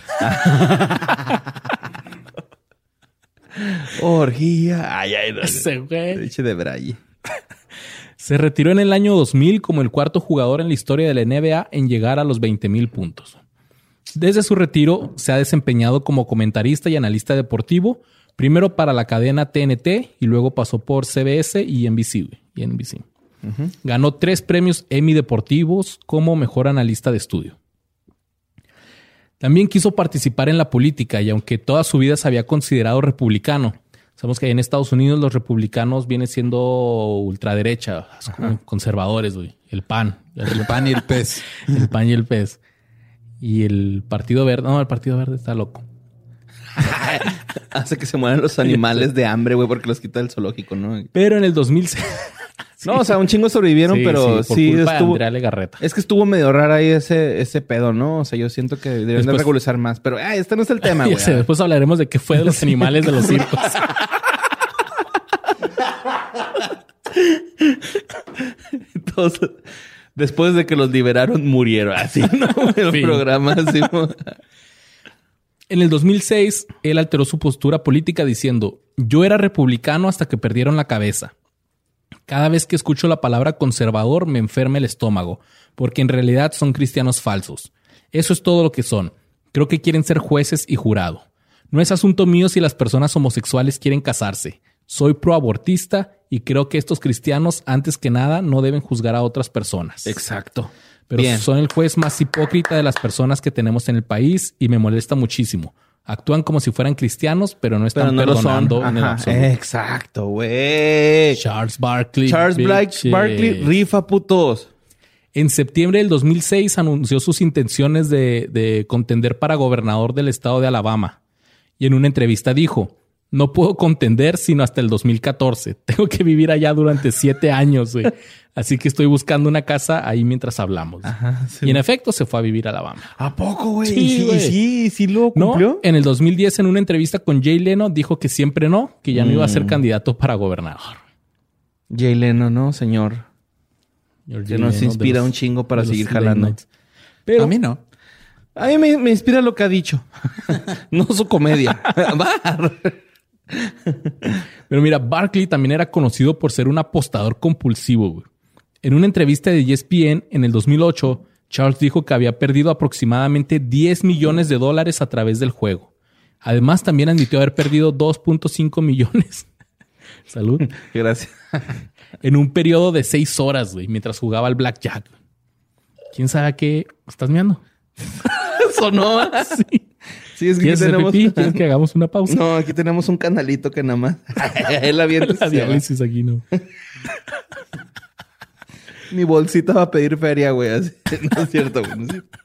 Orgía. Ay, ay, no. Ese güey. Leche de Braille. Se retiró en el año dos mil como el cuarto jugador en la historia de la N B A en llegar a los veinte mil puntos. Desde su retiro se ha desempeñado como comentarista y analista deportivo, primero para la cadena T N T y luego pasó por C B S y N B C. Y N B C. Uh-huh. Ganó tres premios Emmy deportivos como mejor analista de estudio. También quiso participar en la política y aunque toda su vida se había considerado republicano, sabemos que en Estados Unidos los republicanos vienen siendo ultraderecha, uh-huh. conservadores, güey. El P A N. El P A N y el P E S. El P A N y el P E S. Y el Partido Verde. No, el Partido Verde está loco. Hace que se mueran los animales de hambre, güey, porque los quita del zoológico, ¿no? Pero en el dos mil seis... Sí. No, o sea, un chingo sobrevivieron, sí, pero sí, por sí culpa estuvo... de Andrea Legarreta. Es que estuvo medio raro ahí ese, ese pedo, ¿no? O sea, yo siento que deberían Después... de regularizar más. Pero, ay, este no es el tema, güey. Sí, después hablaremos de qué fue de los animales de los circos. Entonces, después de que los liberaron, murieron. Así, ¿no? El fin. Programa así, ¿no? En el dos mil seis, él alteró su postura política diciendo: yo era republicano hasta que perdieron la cabeza. Cada vez que escucho la palabra conservador me enferma el estómago, porque en realidad son cristianos falsos. Eso es todo lo que son. Creo que quieren ser jueces y jurado. No es asunto mío si las personas homosexuales quieren casarse. Soy proabortista y creo que estos cristianos, antes que nada, no deben juzgar a otras personas. Exacto. Pero Bien. Son el juez más hipócrita de las personas que tenemos en el país y me molesta muchísimo. Actúan como si fueran cristianos, pero no están pero no perdonando en el absoluto. Exacto, güey. Charles Barkley. Charles bitches. Barkley rifa putos. En septiembre del dos mil seis anunció sus intenciones de, de contender para gobernador del estado de Alabama. Y en una entrevista dijo: No puedo contender sino hasta el dos mil catorce. Tengo que vivir allá durante siete años, güey. Así que estoy buscando una casa ahí mientras hablamos. Ajá, sí. Y en efecto se fue a vivir a Alabama. ¿A poco, güey? Sí, Sí, güey. sí, sí lo No, cumplió. en el dos mil diez, en una entrevista con Jay Leno, dijo que siempre no, que ya no iba a ser Mm. candidato para gobernador. Jay Leno, ¿no, señor? Señor Que Jay nos Leno, inspira de los- un chingo para de los seguir late jalando. nights. Pero A mí no. A mí me, me inspira lo que ha dicho. No su comedia. Va. Pero mira, Barkley también era conocido por ser un apostador compulsivo, güey. En una entrevista de E S P N en el dos mil ocho, Charles dijo que había perdido aproximadamente diez millones de dólares a través del juego. Además, también admitió haber perdido dos punto cinco millones. Salud. Gracias. En un periodo de seis horas, güey, mientras jugaba al blackjack. ¿Quién sabe a qué estás mirando? Sonó. Sí. Sí, es que aquí ¿Quieres hacer tenemos... pipí? ¿Quieres que hagamos una pausa? No, aquí tenemos un canalito que nada más. Él avienta. La diálisis aquí no. Mi bolsita va a pedir feria, güey. Así. No es cierto, güey. No es cierto.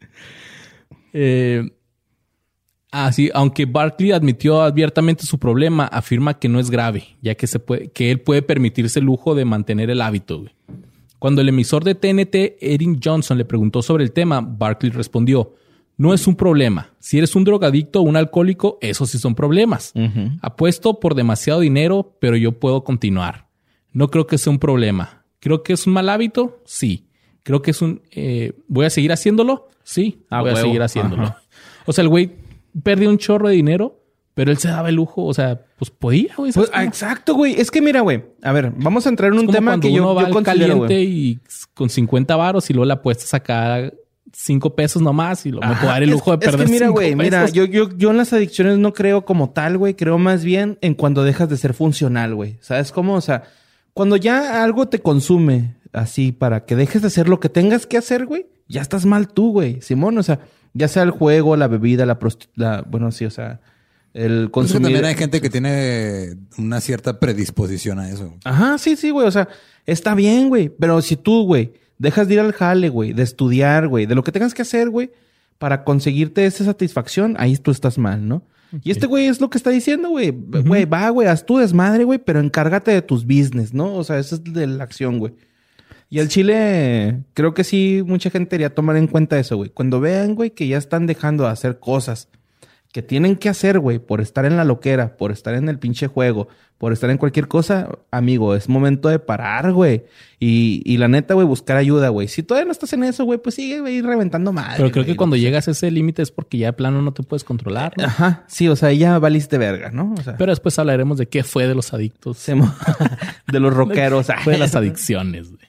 Eh, ah, sí, aunque Barkley admitió abiertamente su problema, afirma que no es grave, ya que, se puede, que él puede permitirse el lujo de mantener el hábito, güey. Cuando el emisor de T N T, Erin Johnson, le preguntó sobre el tema, Barkley respondió: no es un problema. Si eres un drogadicto o un alcohólico, esos sí son problemas. Uh-huh. Apuesto por demasiado dinero, pero yo puedo continuar. No creo que sea un problema. ¿Creo que es un mal hábito? Sí. ¿Creo que es un... Eh, ¿Voy a seguir haciéndolo? Sí, Ah, voy a huevo. seguir haciéndolo. Ajá. O sea, el güey perdió un chorro de dinero, pero él se daba el lujo. O sea, pues podía, güey. ¿sabes Pues, cómo? exacto, güey. Es que mira, güey. A ver, vamos a entrar en Es un como tema cuando que yo, uno va yo al considero, caliente güey. y con cincuenta varos y luego le apuestas acá cinco pesos nomás y lo me Ajá, puedo dar el es- lujo de es perder que mira, cinco güey, mira, pesos. yo, yo, yo en las adicciones no creo como tal, güey. Creo más bien en cuando dejas de ser funcional, güey. ¿Sabes cómo? O sea, cuando ya algo te consume así para que dejes de hacer lo que tengas que hacer, güey, ya estás mal tú, güey. Simón, o sea, ya sea el juego, la bebida, la prostitución, bueno, sí, o sea, el Es que consumir. también hay gente que tiene una cierta predisposición a eso. Ajá, sí, sí, güey. O sea, está bien, güey. Pero si tú, güey, dejas de ir al jale, güey, de estudiar, güey, de lo que tengas que hacer, güey, para conseguirte esa satisfacción, ahí tú estás mal, ¿no? Y este güey es lo que está diciendo, güey. Güey, va, güey, haz tu desmadre, güey, pero encárgate de tus business, ¿no? O sea, esa es de la acción, güey. Y el Chile, creo que sí, mucha gente debería tomar en cuenta eso, güey. Cuando vean, güey, que ya están dejando de hacer cosas que tienen que hacer, güey, por estar en la loquera, por estar en el pinche juego, por estar en cualquier cosa, amigo, es momento de parar, güey. Y, y la neta, güey, buscar ayuda, güey. Si todavía no estás en eso, güey, pues sigue, güey, reventando madre. Pero creo güey. que cuando llegas a ese límite es porque ya de plano no te puedes controlar, ¿no? Ajá, sí, o sea, ya valiste verga, ¿no? O sea, Pero después hablaremos de qué fue de los adictos. se mo- de los rockeros. Fue de las adicciones, güey.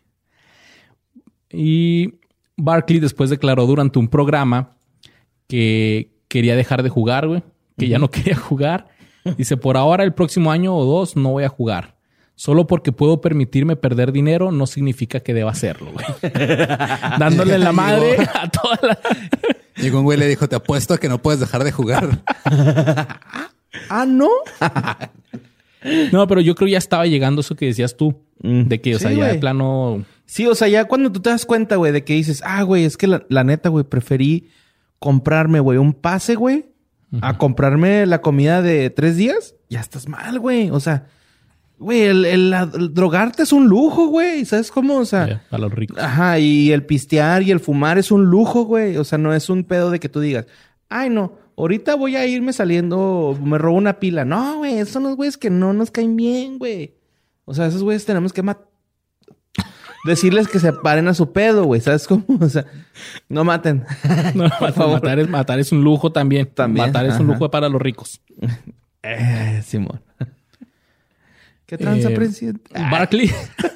Y Barkley después declaró durante un programa que quería dejar de jugar, güey. Que ya no quería jugar. Dice, por ahora, el próximo año o dos, no voy a jugar. Solo porque puedo permitirme perder dinero no significa que deba hacerlo, güey. Dándole en la madre a toda la... Y un güey le dijo, te apuesto a que no puedes dejar de jugar. Ah, ¿no? No, pero yo creo que ya estaba llegando eso que decías tú. Mm. De que, o Sí, sea, ya de güey. plano... Sí, o sea, ya cuando tú te das cuenta, güey, de que dices, ah, güey, es que la, la neta, güey, preferí comprarme, güey, un pase, güey, a comprarme la comida de tres días, ya estás mal, güey. O sea, güey, el, el- la- el drogarte es un lujo, güey. ¿Sabes cómo? O sea, ya, a los ricos. ajá, y el pistear y el fumar es un lujo, güey. O sea, no es un pedo de que tú digas, ay, no, ahorita voy a irme saliendo, me robo una pila. No, güey, esos son los güeyes que no nos caen bien, güey. O sea, esos güeyes tenemos que matar. Decirles que se paren a su pedo, güey. ¿Sabes cómo? O sea, no maten. No, matar, favor. matar es, matar es un lujo también. También, Matar es un ajá. lujo para los ricos. Eh, Simón. ¿Qué tranza, Eh, presidente? Barkley.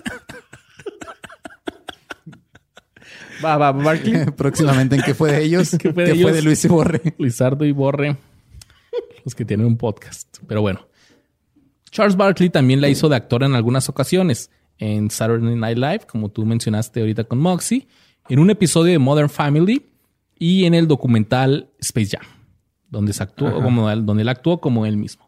Va, va, Barkley. Próximamente, ¿en qué fue de ellos? ¿Qué fue ¿Qué de fue ellos? de Luis y Borre? Lizardo y Borre. Los que tienen un podcast. Pero bueno. Charles Barkley también la hizo de actor en algunas ocasiones. En Saturday Night Live, como tú mencionaste ahorita con Moxie. En un episodio de Modern Family. Y en el documental Space Jam. Donde, se actuó, como él, donde él actuó como él mismo.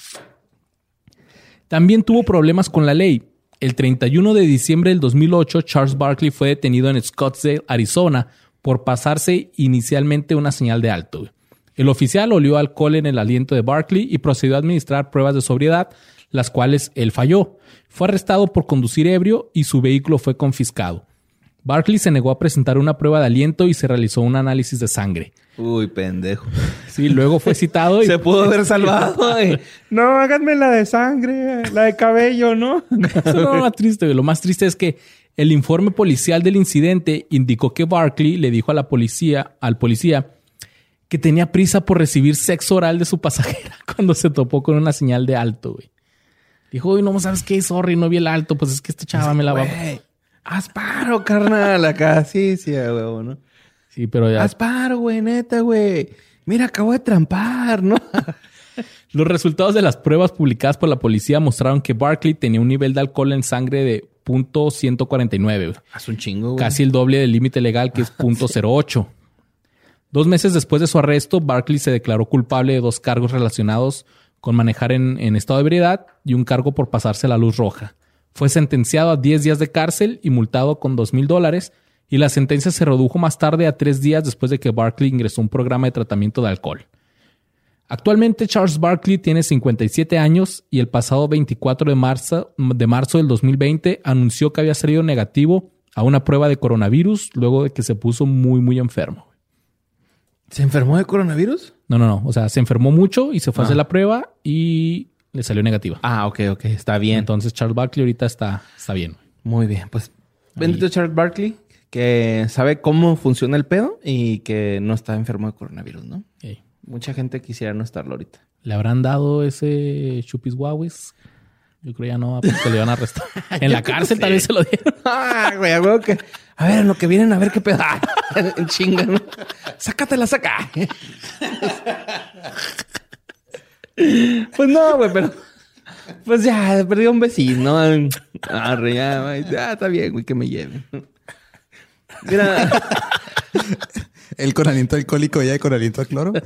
También tuvo problemas con la ley. El treinta y uno de diciembre del dos mil ocho, Charles Barkley fue detenido en Scottsdale, Arizona, por pasarse inicialmente una señal de alto. Güey. El oficial olió alcohol en el aliento de Barkley y procedió a administrar pruebas de sobriedad, las cuales él falló. Fue arrestado por conducir ebrio y su vehículo fue confiscado. Barkley se negó a presentar una prueba de aliento y se realizó un análisis de sangre. Uy, pendejo. Sí, luego fue citado y... Se pudo haber salvado. eh. No, háganme la de sangre, la de cabello, ¿no? Eso no es lo más triste, güey. Lo más triste es que el informe policial del incidente indicó que Barkley le dijo a la policía, al policía, que tenía prisa por recibir sexo oral de su pasajera cuando se topó con una señal de alto, güey. Dijo, uy, no, ¿sabes qué? Sorry, no vi el alto. Pues es que esta chava me la va a... Asparo, carnal, acá. Sí, sí, huevo, ¿no? Sí, pero ya... Asparo, güey, neta, güey. Mira, acabo de trampar, ¿no? Los resultados de las pruebas publicadas por la policía mostraron que Barkley tenía un nivel de alcohol en sangre de punto ciento cuarenta y nueve. Güey. Haz un chingo, güey. Casi el doble del límite legal, que es punto cero ocho. Dos meses después de su arresto, Barkley se declaró culpable de dos cargos relacionados con manejar en, en estado de ebriedad y un cargo por pasarse la luz roja. Fue sentenciado a diez días de cárcel y multado con dos mil dólares, y la sentencia se redujo más tarde a tres días después de que Barkley ingresó a un programa de tratamiento de alcohol. Actualmente Charles Barkley tiene cincuenta y siete años y el pasado veinticuatro de marzo, de marzo del dos mil veinte anunció que había salido negativo a una prueba de coronavirus luego de que se puso muy, muy enfermo. ¿Se enfermó de coronavirus? No, no, no. O sea, se enfermó mucho y se fue ah. a hacer la prueba y le salió negativa. Ah, ok, ok. Está bien. Entonces Charles Barkley ahorita está, está bien. Muy bien. Pues bendito Charles Barkley, que sabe cómo funciona el pedo y que no está enfermo de coronavirus, ¿no? Sí. Mucha gente quisiera no estarlo ahorita. ¿Le habrán dado ese chupis guauis? Yo creo ya no, porque le van a arrestar. En la cárcel tal vez se lo dieron. Ah, güey, a huevo que... A ver, en lo que vienen a ver qué pedo. En chinga, ¿no? Sácatela, saca. Pues no, güey, pero... Pues ya, perdí un vecino. Arre, ya, ya, está bien, güey, que me lleven. Mira... El con aliento alcohólico y ya con aliento a cloro.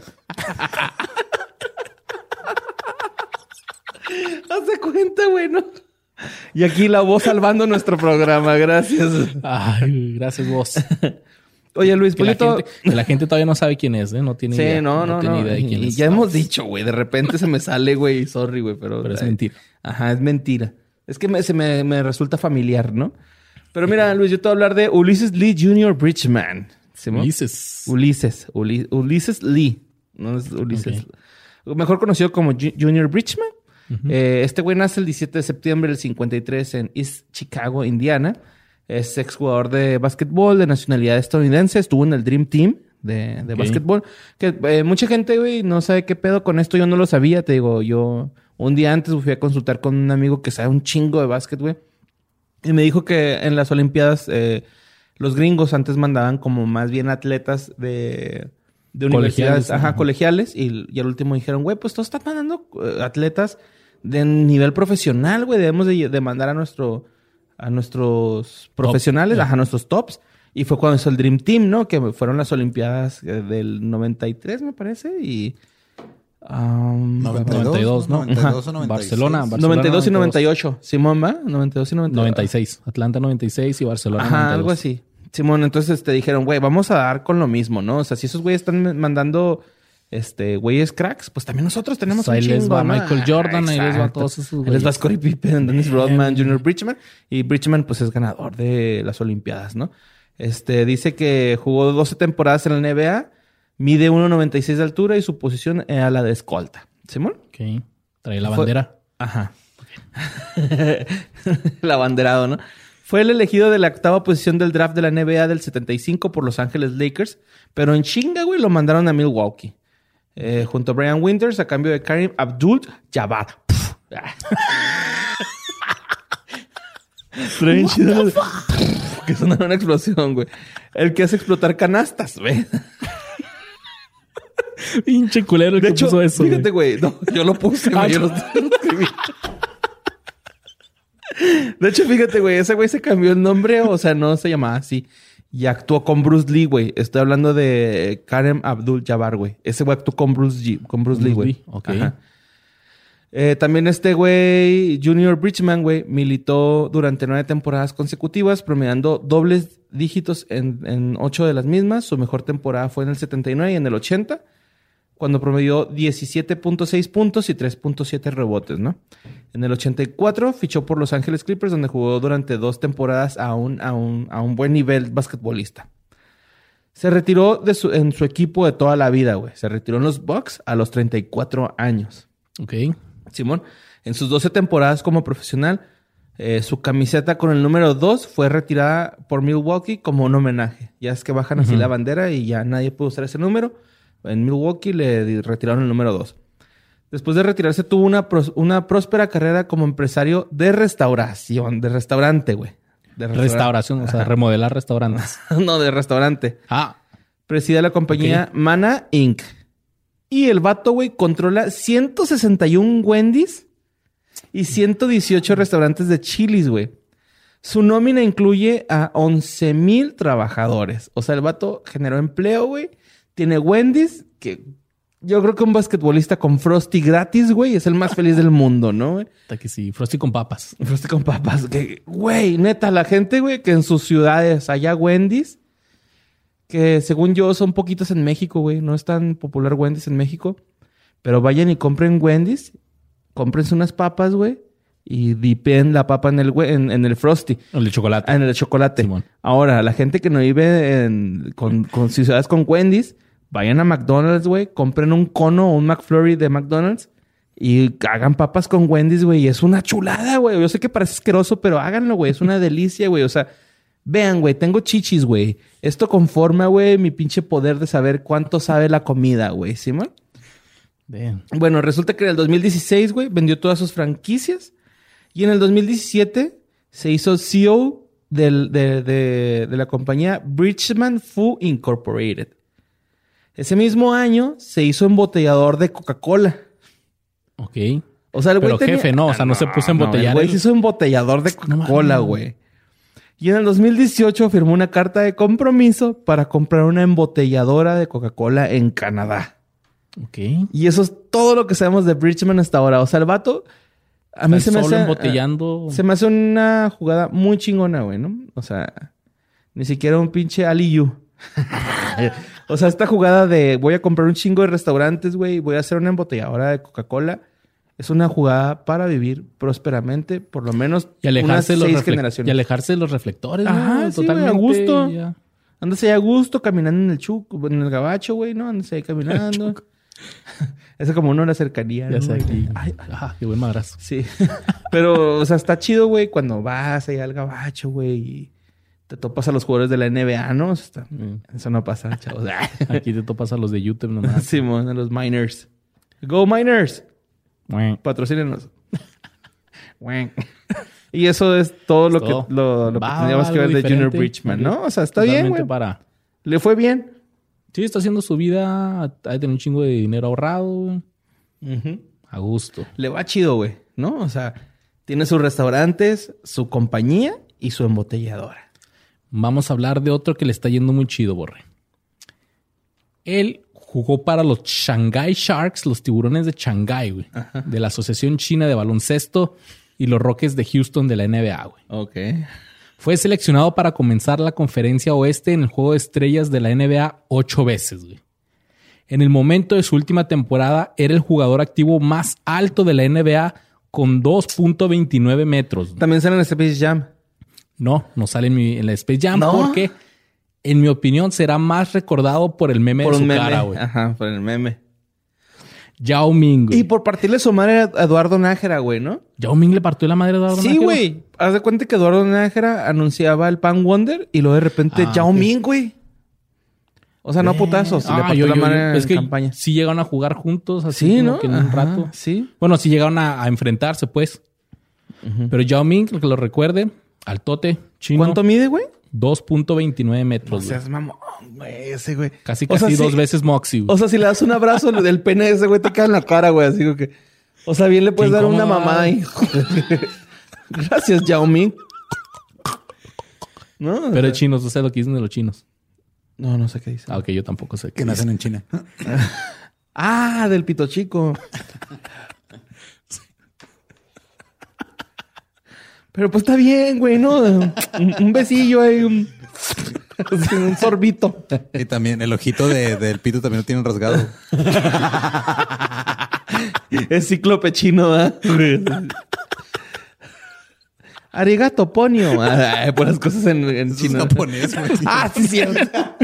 Hazte cuenta, güey, ¿no? Y aquí la voz salvando nuestro programa. Gracias. Ay, gracias vos. Oye, Luis, que, pues la todo... gente, que la gente todavía no sabe quién es, ¿eh? No tiene sí, idea. no, no, no. Tiene no. idea de quién y es. ya hemos dicho, güey. De repente se me sale, güey. Sorry, güey. Pero, pero es ay, mentira. Ajá, es mentira. Es que me, se me, me resulta familiar, ¿no? Pero mira, Luis, yo te voy a hablar de Ulysses Lee junior Bridgman. ¿Sí, Ulises. Ulises. Uli, Ulises Lee. No es Ulises. Okay. Mejor conocido como Junior Bridgman. Uh-huh. Eh, este güey nace el diecisiete de septiembre del cincuenta y tres en East Chicago, Indiana. Es exjugador de básquetbol de nacionalidad estadounidense. Estuvo en el Dream Team de, de okay. básquetbol. Que eh, mucha gente, güey, no sabe qué pedo con esto. Yo no lo sabía. Te digo, yo un día antes fui a consultar con un amigo que sabe un chingo de básquet, güey. Y me dijo que en las Olimpiadas eh, los gringos antes mandaban como más bien atletas de... de universidades, ajá, colegiales. Y, y al último dijeron, güey, pues todos están mandando uh, atletas de nivel profesional, güey. Debemos de, de mandar a nuestro a nuestros profesionales, Top, ajá, a nuestros tops. Y fue cuando hizo el Dream Team, ¿no? Que fueron las Olimpiadas del noventa y tres, me parece. Y... Um, noventa y dos, ¿no? noventa y dos o noventa y seis. Barcelona, Barcelona. noventa y dos y noventa y ocho. Simón, ¿va? noventa y dos y noventa y ocho. noventa y seis. Atlanta noventa y seis y Barcelona ajá, noventa y dos. Algo así. Simón, entonces te dijeron, güey, vamos a dar con lo mismo, ¿no? O sea, si esos güeyes están mandando, este, güeyes cracks, pues también nosotros tenemos o sea, un chingo. Ahí les va ¿no? Michael Jordan, ahí les va todos esos güeyes. Ahí les va Scottie Pippen, Dennis Rodman, Junior Bridgman. Y Bridgman, pues, es ganador de las Olimpiadas, ¿no? Este, dice que jugó doce temporadas en la N B A, mide uno noventa y seis de altura y su posición era la de escolta. ¿Simón? Ok. Trae la bandera. Fue... Ajá. El abanderado, ¿no? Fue el elegido de la octava posición del draft de la N B A del setenta y cinco por Los Ángeles Lakers. Pero en chinga, güey, lo mandaron a Milwaukee. Eh, junto a Brian Winters a cambio de Kareem Abdul-Jabbar. Pero chido. Que es una, una explosión, güey. El que hace explotar canastas, güey. Pinche culero el de que hecho, puso eso, fíjate, güey. No, yo lo puse, güey. Yo lo escribí. De hecho, fíjate, güey. Ese güey se cambió el nombre. O sea, no se llamaba así. Y actuó con Bruce Lee, güey. Estoy hablando de Kareem Abdul-Jabbar, güey. Ese güey actuó con Bruce, G con Bruce, Bruce Lee, güey. Ok. Eh, también este güey, Junior Bridgman, güey, militó durante nueve temporadas consecutivas, promediando dobles dígitos en, en ocho de las mismas. Su mejor temporada fue en el setenta y nueve y en el ochenta. cuando promedió diecisiete punto seis puntos y tres punto siete rebotes, ¿no? En el ochenta y cuatro fichó por Los Ángeles Clippers, donde jugó durante dos temporadas a un, a un, a un buen nivel basquetbolista. Se retiró de su, en su equipo de toda la vida, güey. Se retiró en los Bucks a los treinta y cuatro años. Ok. Simón, en sus doce temporadas como profesional, eh, su camiseta con el número dos fue retirada por Milwaukee como un homenaje. Ya es que bajan así uh-huh. la bandera y ya nadie puede usar ese número. En Milwaukee le retiraron el número dos. Después de retirarse, tuvo una, pros- una próspera carrera como empresario de restauración, de restaurante, güey. De restaurante. Restauración, o sea, Ajá. remodelar restaurantes. No, de restaurante. Ah. Preside la compañía okay. Mana incorporated. Y el vato, güey, controla ciento sesenta y uno Wendy's y ciento dieciocho restaurantes de Chili's, güey. Su nómina incluye a once mil trabajadores. O sea, el vato generó empleo, güey. Tiene Wendy's, que yo creo que un basquetbolista con Frosty gratis, güey, es el más feliz del mundo, ¿no, güey? Hasta que sí, Frosty con papas. Frosty con papas. Que, güey, neta, la gente, güey, que en sus ciudades haya Wendy's, que según yo son poquitos en México, güey. No es tan popular Wendy's en México. Pero vayan y compren Wendy's, cómprense unas papas, güey, y dipen la papa en el, en, en el Frosty. En el chocolate. Ah, en el chocolate. Simón. Ahora, la gente que no vive en, con, con ciudades con Wendy's, vayan a McDonald's, güey, compren un cono o un McFlurry de McDonald's y hagan papas con Wendy's, güey. Y es una chulada, güey. Yo sé que parece asqueroso, pero háganlo, güey. Es una delicia, güey. O sea, vean, güey, tengo chichis, güey. Esto conforma, güey, mi pinche poder de saber cuánto sabe la comida, güey. ¿Sí, man? Damn. Bueno, resulta que en el dos mil dieciséis, güey, vendió todas sus franquicias. Y en el dos mil diecisiete se hizo C E O del, de, de, de la compañía Bridgman Food Incorporated. Ese mismo año se hizo embotellador de Coca-Cola. Ok. O sea, el güey Pero tenía... jefe, no. O sea, no, no se puso a embotellar. No, el güey el... se hizo embotellador de Coca-Cola, güey. No, y en el dos mil dieciocho firmó una carta de compromiso para comprar una embotelladora de Coca-Cola en Canadá. Ok. Y eso es todo lo que sabemos de Bridgman hasta ahora. O sea, el vato... A mí se me hace... embotellando... Se me hace una jugada muy chingona, güey, ¿no? O sea, ni siquiera un pinche Ali-You. O sea, esta jugada de voy a comprar un chingo de restaurantes, güey, voy a hacer una embotelladora de Coca-Cola, es una jugada para vivir prósperamente, por lo menos y alejarse unas de seis los refle- generaciones. Y alejarse de los reflectores, ¿no? Ajá, sí, güey, a gusto. Ya. Ándase a gusto caminando en el chuco, en el gabacho, güey, ¿no? Ándase ahí caminando. Eso como uno la cercanía, ya ¿no? sé aquí. Ay, ajá, qué buen madrazo. Sí. Pero, o sea, está chido, güey, cuando vas ahí al gabacho, güey, y te topas a los jugadores de la N B A, ¿no? O sea, está... mm. Eso no pasa, chavos. Aquí te topas a los de YouTube nomás. Simón, a los Miners. Go Miners. Patrocínenos. Y eso es todo lo todo. que lo, lo Va, que teníamos que ver de Junior Bridgman, ¿no? O sea, está bien, güey. Para... Le fue bien. Sí, está haciendo su vida. Ha de tener un chingo de dinero ahorrado. Uh-huh. A gusto. Le va chido, güey, ¿no? O sea, tiene sus restaurantes, su compañía y su embotelladora. Vamos a hablar de otro que le está yendo muy chido, Borre. Él jugó para los Shanghai Sharks, los tiburones de Shanghai, güey. Ajá. De la Asociación China de Baloncesto y los Rockets de Houston de la N B A, güey. Ok. Fue seleccionado para comenzar la Conferencia Oeste en el Juego de Estrellas de la N B A ocho veces, güey. En el momento de su última temporada, era el jugador activo más alto de la N B A con dos punto veintinueve metros. ¿También sale en Space Jam? No, no sale en, mi, en la Space Jam ¿No? porque, en mi opinión, será más recordado por el meme por de su meme. cara, güey. Ajá, por el meme. Yao Ming, güey. Y por partirle su madre a Eduardo Nájera, güey, ¿no? Yao Ming le partió la madre a Eduardo sí, Nájera. Sí, güey. Haz de cuenta que Eduardo Nájera anunciaba el Pan Wonder y luego de repente ah, Yao okay. Ming, güey. O sea, no putazos. Ah, le partió yo, la yo, madre yo, en es que campaña. Sí llegaron a jugar juntos, así sí, como ¿no? que en Ajá, un rato. Sí. Bueno, sí llegaron a, a enfrentarse, pues. Uh-huh. Pero Yao Ming, que lo recuerde, altote, chino. ¿Cuánto mide, güey? dos punto veintinueve metros, No seas mamón, güey, ese güey. Casi, casi o sea, dos sí, veces Moxie, güey. O sea, si le das un abrazo del pene de ese güey, te cae en la cara, güey. Así que... O sea, bien le puedes dar una mamá ahí. Gracias, Yao Ming. No, pero o sea... chinos, ¿tú sabes lo que dicen de los chinos? No, no sé qué dicen. Ah, ok, yo tampoco sé. Que nacen en China. Ah, del pito chico. Pero pues está bien, güey, ¿no? Un, un besillo ahí. Un... Un sorbito. Y también el ojito de, del pito también lo tienen rasgado. Es cíclope chino, ¿verdad? Arigato ponio. Ay, puras cosas en, en Eso chino. es japonés, güey. Ah, sí, cierto.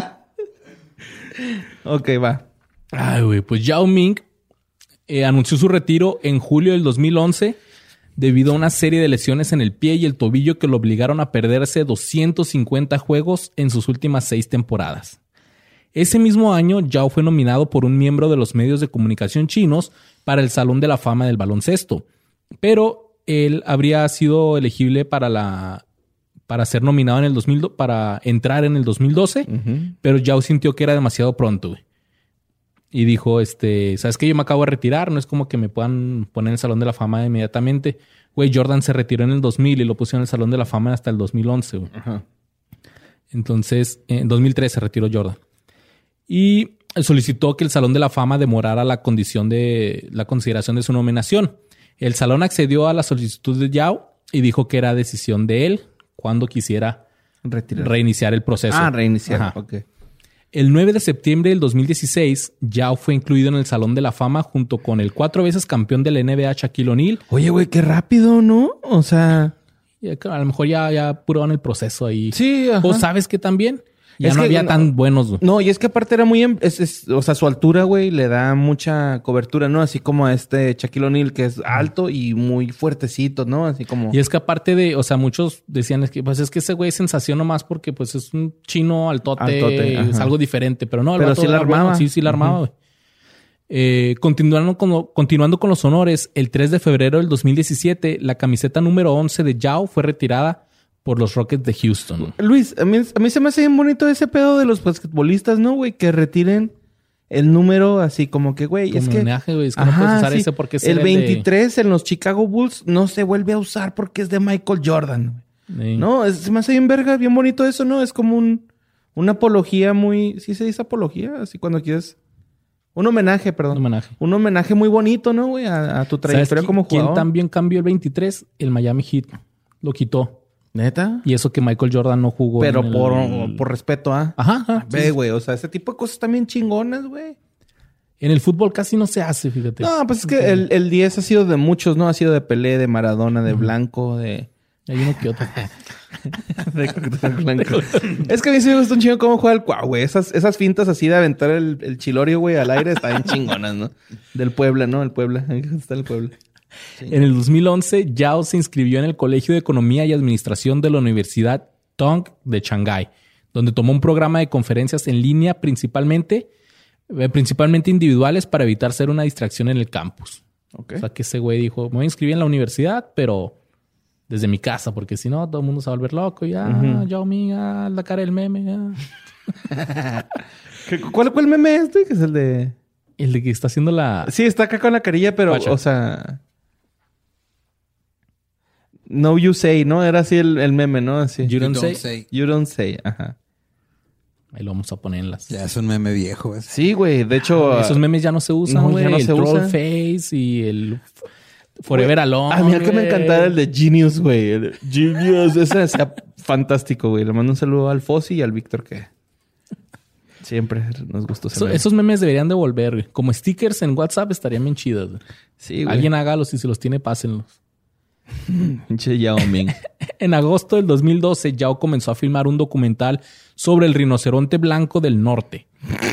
Ok, va. Ay, güey. Pues Yao Ming eh, anunció su retiro en julio del dos mil once debido a una serie de lesiones en el pie y el tobillo que lo obligaron a perderse doscientos cincuenta juegos en sus últimas seis temporadas. Ese mismo año, Yao fue nominado por un miembro de los medios de comunicación chinos para el Salón de la Fama del Baloncesto, pero él habría sido elegible para la para ser nominado en el dos mil do- para entrar en el dos mil doce, uh-huh. Pero Yao sintió que era demasiado pronto, güey. Y dijo, este, ¿sabes qué? Yo me acabo de retirar, no es como que me puedan poner en el Salón de la Fama inmediatamente. Güey, Jordan se retiró en el dos mil y lo pusieron en el Salón de la Fama hasta el dos mil once, güey. Uh-huh. Entonces, en dos mil tres se retiró Jordan. Y solicitó que el Salón de la Fama demorara la condición de la consideración de su nominación. El salón accedió a la solicitud de Yao y dijo que era decisión de él cuando quisiera Retirar. reiniciar el proceso. Ah, reiniciar. Ajá. Ok. El nueve de septiembre del dos mil dieciséis, Yao fue incluido en el Salón de la Fama junto con el cuatro veces campeón de la N B A Shaquille O'Neal. Oye, güey, qué rápido, ¿no? O sea... Y a lo mejor ya, ya apuraron el proceso ahí. Sí, ajá. O sabes que también ya Es no que había no- tan buenos. Güey. No, y es que aparte era muy... em- es- es- o sea, su altura, güey, le da mucha cobertura, ¿no? Así como a este Shaquille O'Neal, que es alto y muy fuertecito, ¿no? Así como... Y es que aparte de, o sea, muchos decían es que pues es que ese güey es sensación nomás porque pues es un chino altote, Altote, ajá. es algo diferente, pero no, el Pero vato sí la era bueno, armaba. sí, sí la armaba, güey. Eh, continuando, con, lo- continuando con los honores, el tres de febrero del dos mil diecisiete, la camiseta número once de Yao fue retirada por los Rockets de Houston. güey. Luis, a mí, a mí se me hace bien bonito ese pedo de los basquetbolistas, ¿no, güey? Que retiren el número así como que, güey, Como es que... homenaje, güey, es que no puedes usar ese porque es el el de- veintitrés en los Chicago Bulls no se vuelve a usar porque es de Michael Jordan, güey. Sí. No, es- se me hace bien verga, bien bonito eso, ¿no? Es como un... Una apología muy... ¿Sí se dice apología? Así cuando quieres... Un homenaje, perdón. Un homenaje. Un homenaje muy bonito, ¿no, güey? A, a tu ¿Sabes trayectoria qui- como jugador. quién también cambió el veintitrés? El Miami Heat. Lo quitó. ¿Neta? Y eso que Michael Jordan no jugó. Pero en el- por, por respeto, ¿ah? Ajá, ajá. Ve, Sí. güey. O sea, ese tipo de cosas también chingonas, güey. En el fútbol casi no se hace, fíjate. No, pues es que el, el diez ha sido de muchos, ¿no? Ha sido de Pelé, de Maradona, de Blanco, de... Hay uno que otro. de Cuauhtémoc Blanco. Es que a mí sí me gusta un chingo cómo juega el Cuau, güey. Esas, esas fintas así de aventar el, el chilorio, güey, al aire están bien chingonas, ¿no? Del Puebla, ¿no? El Puebla. Ahí está el Puebla. En el dos mil once, Yao se inscribió en el Colegio de Economía y Administración de la Universidad Tong de Shanghái, donde tomó un programa de conferencias en línea principalmente, eh, principalmente individuales para evitar ser una distracción en el campus. Ok. O sea que ese güey dijo, me voy a inscribir en la universidad, pero desde mi casa, porque si no, todo el mundo se va a volver loco. Y ah, Ujú. Yao Ming, ah, la cara del meme. ah. ¿Qué- ¿Cuál, ¿Cuál meme es este? Que es el de... El de que está haciendo la... Sí, está acá con la carilla, pero, Guacha. o sea... No you say, ¿no? Era así el, el meme, ¿no? Así. You don't You say. don't say. You don't say. Ajá. Ahí lo vamos a poner en las... Ya es un meme viejo. ese. Sí, güey. De hecho... Esos memes ya no se usan, no, ya güey. no el se troll usan. face y el Forever Alone. A mí el que me güey. encantaba el de Genius, güey. El de Genius. Ese decía fantástico, güey. Le mando un saludo al Fossi y al Víctor que siempre nos gustó ese Eso- meme. esos memes deberían de volver, güey. Como stickers en WhatsApp estarían bien chidos. güey. Sí, güey. Alguien hágalos y si los tiene, pásenlos. Pinche Yao Ming. En agosto del dos mil doce, Yao comenzó a filmar un documental sobre el rinoceronte blanco del norte.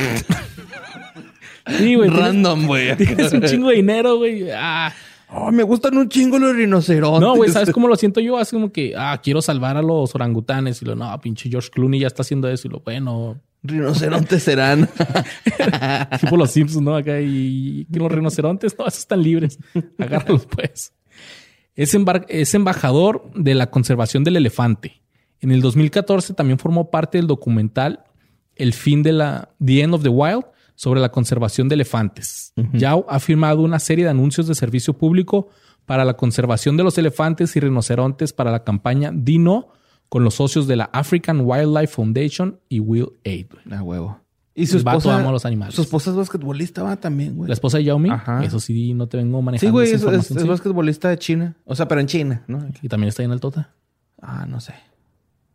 Sí, güey. tienes- Random, güey. Tienes un chingo de dinero, güey. Ah. Oh, me gustan un chingo los rinocerontes. No, güey, ¿sabes cómo lo siento yo? Así como que, ah, quiero salvar a los orangutanes. Y lo, no, pinche George Clooney ya está haciendo eso. Y lo, bueno, Rinocerontes serán. tipo los Simpsons, ¿no? Acá y, y los rinocerontes, no, esos están libres. Agárralos, pues. Es, embar- es embajador de la conservación del elefante. En el dos mil catorce también formó parte del documental El fin de la... The End of the Wild sobre la conservación de elefantes. Yao ha firmado una serie de anuncios de servicio público para la conservación de los elefantes y rinocerontes para la campaña Dino con los socios de la African Wildlife Foundation y Will Aid. A huevo. Y su El vato esposa... ama a los animales. Su esposa es basquetbolista, va también, güey. La esposa de Yao Ming, Ajá. eso sí, no te vengo manejando. Sí, güey, esa es, es, información, es sí. basquetbolista de China. O sea, pero en China, ¿no? Y también está ahí en el Tota. Ah, no sé.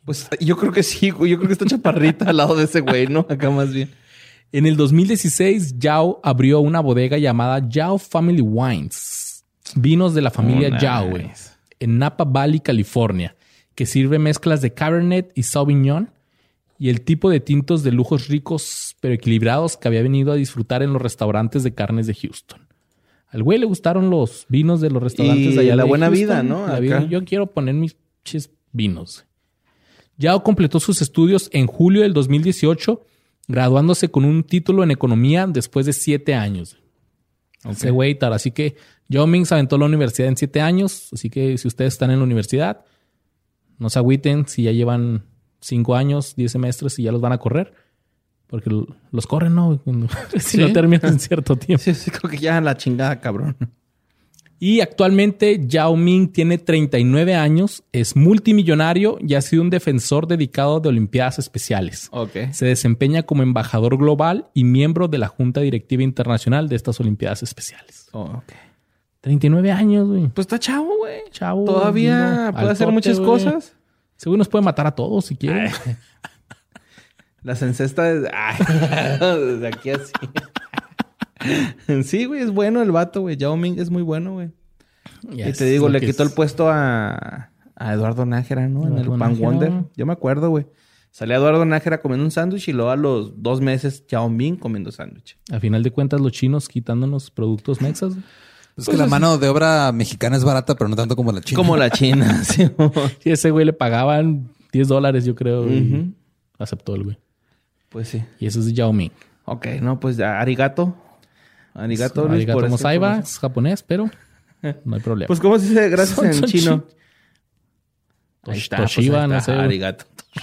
Pues yo creo que sí, güey. Yo creo que está chaparrita al lado de ese güey, ¿no? Acá más bien. En el dos mil dieciséis, Yao abrió una bodega llamada Yao Family Wines. Vinos de la familia Oh, nice. Yao, güey. En Napa Valley, California. Que sirve mezclas de Cabernet y Sauvignon. Y el tipo de tintos de lujos ricos pero equilibrados que había venido a disfrutar en los restaurantes de carnes de Houston. Al güey le gustaron los vinos de los restaurantes Y de allá la de buena Houston. vida, ¿no? La Acá. vida. Yo quiero poner mis chis vinos. Yao completó sus estudios en julio del dos mil dieciocho, graduándose con un título en economía después de siete años. Okay. Ese güey tal. Así que Yao Ming se aventó la universidad en siete años. Así que si ustedes están en la universidad, no se agüiten si ya llevan cinco años, diez semestres y ya los van a correr. Porque los corren, ¿no? si ¿Sí? no terminan en cierto tiempo. Sí, sí, creo que ya la chingada, cabrón. Y actualmente Yao Ming tiene treinta y nueve años, es multimillonario y ha sido un defensor dedicado de Olimpiadas Especiales. Ok. Se desempeña como embajador global y miembro de la Junta Directiva Internacional de estas Olimpiadas Especiales. Oh, ok. treinta y nueve años, güey. Pues está chavo, güey. Chavo. Todavía no, puede hacer altote, muchas güey. cosas. Ese güey nos puede matar a todos si quiere. Las encestas desde, ay, desde aquí así. Sí, güey, es bueno el vato, güey. Yao Ming es muy bueno, güey. Ya Y es te digo, lo le que quitó es. el puesto a, a Eduardo Nájera, ¿no? Eduardo en el Pan Nájera. Wonder. Yo me acuerdo, güey. Salía Eduardo Nájera comiendo un sándwich y luego a los dos meses Yao Ming comiendo sándwich. A final de cuentas, los chinos quitándonos productos mexas. Es Pues que la es- mano de obra mexicana es barata, pero no tanto como la china. Como la China, sí. Sí, ese güey le pagaban diez dólares, yo creo. Y Ujú. aceptó el güey. Pues sí. Y eso es Yao Ming. Ok, no, pues ya, arigato. Arigato, Luis, Arigato por esta gozaiba, información. es japonés, pero no hay problema. Pues, ¿cómo se dice gracias Son- en son chino? chi- Ahí Tosh- está, Toshiba, pues ahí no está. sé. güey. Arigato.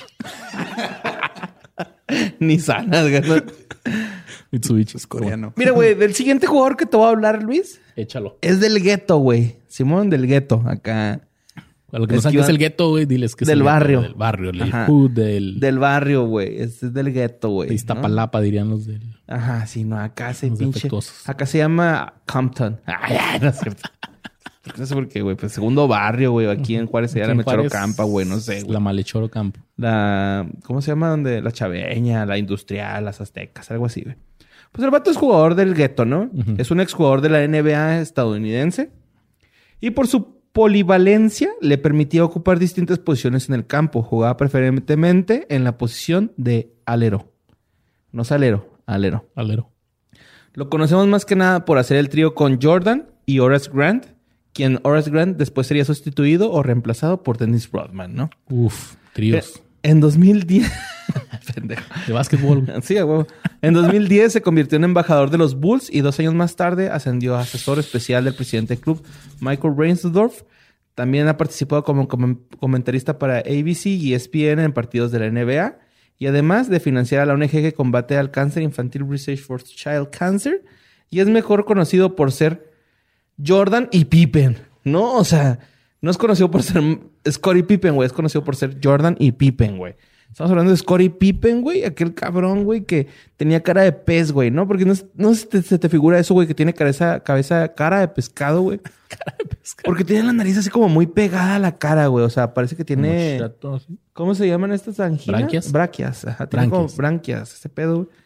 Ni sanas, güey. Mitsubishi. Es coreano. Mira, güey, del siguiente jugador que te voy a hablar, Luis, Échalo. es del gueto, güey. Simón del gueto, acá. A lo que no Es saben que qué es iba- el gueto, güey, diles que es Del el gueto, barrio. Del barrio, el Ajá. hood, del... Del barrio, güey. Este es del gueto, güey. de ¿no? Iztapalapa, dirían los del... Ajá, sí, no, acá se Los pinche. defectuosos. Acá se llama Compton. Ay, ay, no es cierto. No sé por qué, güey. Pues segundo barrio, güey. Aquí en Juárez se Aquí llama en Juárez, Mechorocampa, güey. No sé, güey. La Malechoro Campo. La... ¿Cómo se llama? Donde la Chaveña, la Industrial, las Aztecas, algo así, güey. Pues el vato es jugador del gueto, ¿no? Ujú. Es un exjugador de la N B A estadounidense. Y por su polivalencia le permitía ocupar distintas posiciones en el campo. Jugaba preferentemente en la posición de alero. No salero, alero. Alero. Lo conocemos más que nada por hacer el trío con Jordan y Horace Grant, quien Horace Grant después sería sustituido o reemplazado por Dennis Rodman, ¿no? Uf, tríos. En dos mil diez... Pendejo. De básquetbol. güey. Sí, a huevo. En dos mil diez se convirtió en embajador de los Bulls y dos años más tarde ascendió a asesor especial del presidente del club, Michael Reinsdorf. También ha participado como com- comentarista para A B C y E S P N en partidos de la N B A. Y además de financiar a la O N G que combate al cáncer infantil Research for Child Cancer. Y es mejor conocido por ser Jordan y Pippen. No, o sea, no es conocido por ser Scottie Pippen, güey. Es conocido por ser Jordan y Pippen, güey. Estamos hablando de Scottie Pippen, güey. Aquel cabrón, güey, que tenía cara de pez, güey, ¿no? Porque no, es- no se, te, se te figura eso, güey, que tiene cabeza, cabeza, cara de pescado, güey. Cara de pescado. Porque tiene la nariz así como muy pegada a la cara, güey. O sea, parece que tiene... Como chato, así. ¿Cómo se llaman estas anginas? ¿Branquias? Braquias. Ajá, tiene como Branquias. branquias, ese pedo, güey.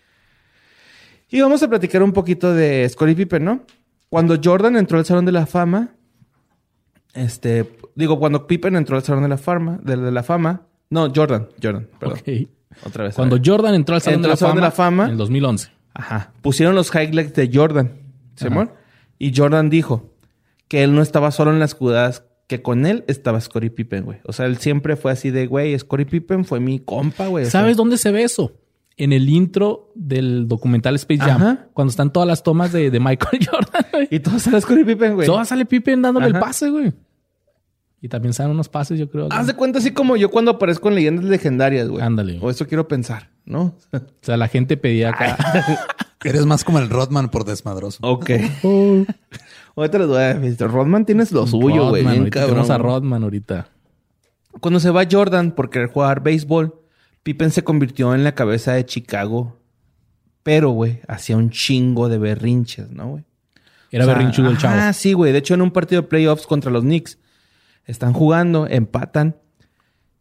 Y vamos a platicar un poquito de Scottie Pippen, ¿no? Cuando Jordan entró al Salón de la Fama, este... Digo, cuando Pippen entró al Salón de la Fama, de, de la Fama... No, Jordan, Jordan, perdón. Ok. Otra vez. a Cuando ver. Jordan entró al Salón, Entró de, la al Salón de Fama, la Fama. en el dos mil once. Ajá. Pusieron los highlights de Jordan, ¿Simón? Y Jordan dijo que él no estaba solo en las jugadas, que con él estaba Scottie Pippen, güey. O sea, él siempre fue así de, güey, Scottie Pippen fue mi compa, güey. O sea, ¿Sabes dónde se ve eso? En el intro del documental Space Jam. Ajá. Cuando están todas las tomas de, de Michael Jordan, güey. Y todo sale Scottie Pippen, güey. Todo sale Pippen dándole Ajá. el pase, güey. Y también salen unos pases, yo creo. Haz de cuenta así como yo cuando aparezco en Leyendas Legendarias, güey. Ándale, güey. O eso quiero pensar, ¿no? O sea, la gente pedía acá. Eres más como el Rodman por desmadroso. Ok. Ahorita les voy a decir, Rodman tienes lo suyo, güey. Rodman, Bien ahorita cabrón. tenemos a Rodman ahorita. Cuando se va Jordan por querer jugar béisbol, Pippen se convirtió en la cabeza de Chicago. Pero, güey, hacía un chingo de berrinches, ¿no, güey? Era O sea, berrinchudo el chavo. Ah, sí, güey. De hecho, en un partido de playoffs contra los Knicks, están jugando, empatan.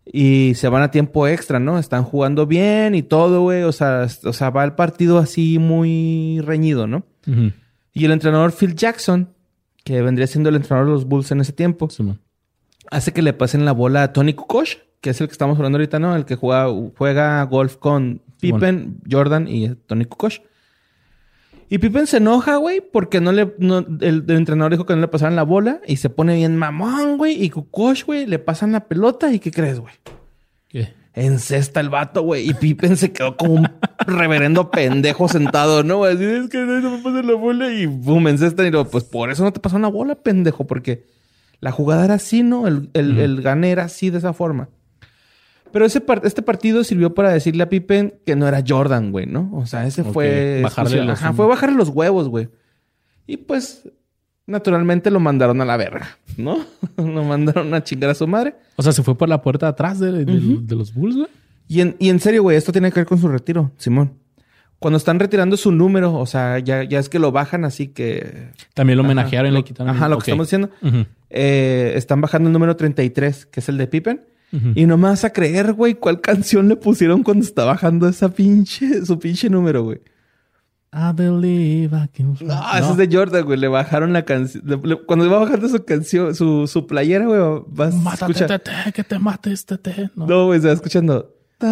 Y se van a tiempo extra, ¿no? Están jugando bien y todo, güey. O sea, o sea, va el partido así muy reñido, ¿no? Uh-huh. Y el entrenador Phil Jackson, que vendría siendo el entrenador de los Bulls en ese tiempo, Sí, man. hace que le pasen la bola a Tony Kukoc, que es el que estamos hablando ahorita, ¿no? El que juega, juega golf con Pippen, bueno. Jordan y Tony Kukoc. Y Pippen se enoja, güey, porque no le, no, el, el entrenador dijo que no le pasaran la bola y se pone bien mamón, güey. Y Kukoc, güey, le pasan la pelota y ¿qué crees, güey? ¿Qué? Encesta el vato, güey. Y Pippen se quedó como un reverendo pendejo sentado, ¿no? Así es que no me pasa la bola y boom, encesta. Y luego, pues por eso no te pasó una bola, pendejo, porque la jugada era así, ¿no? El, el, mm. el gane era así, de esa forma. Pero ese part- este partido sirvió para decirle a Pippen que no era Jordan, güey, ¿no? O sea, ese okay. fue... Bajarle los... Ajá, fue bajarle los huevos, güey. Y pues, naturalmente lo mandaron a la verga, ¿no? Lo mandaron a chingar a su madre. O sea, se fue por la puerta de atrás de, de, uh-huh. de los Bulls, güey. Y en, y en serio, güey, esto tiene que ver con su retiro, Simón. Cuando están retirando su número, o sea, ya, ya es que lo bajan así que... También lo homenajearon y le quitaron... Ajá, lo okay. que estamos diciendo. Uh-huh. Eh, están bajando el número treinta y tres, que es el de Pippen. Uh-huh. Y no me vas a creer, güey, cuál canción le pusieron cuando está bajando esa pinche, su pinche número, güey. I believe I can fly. No, no, eso es de Jordan, güey. Le bajaron la canción. Cuando iba bajando su canción, su, su playera, güey, vas a escuchar... Mátate, tete, que te mates, tete. No, no güey, se va escuchando...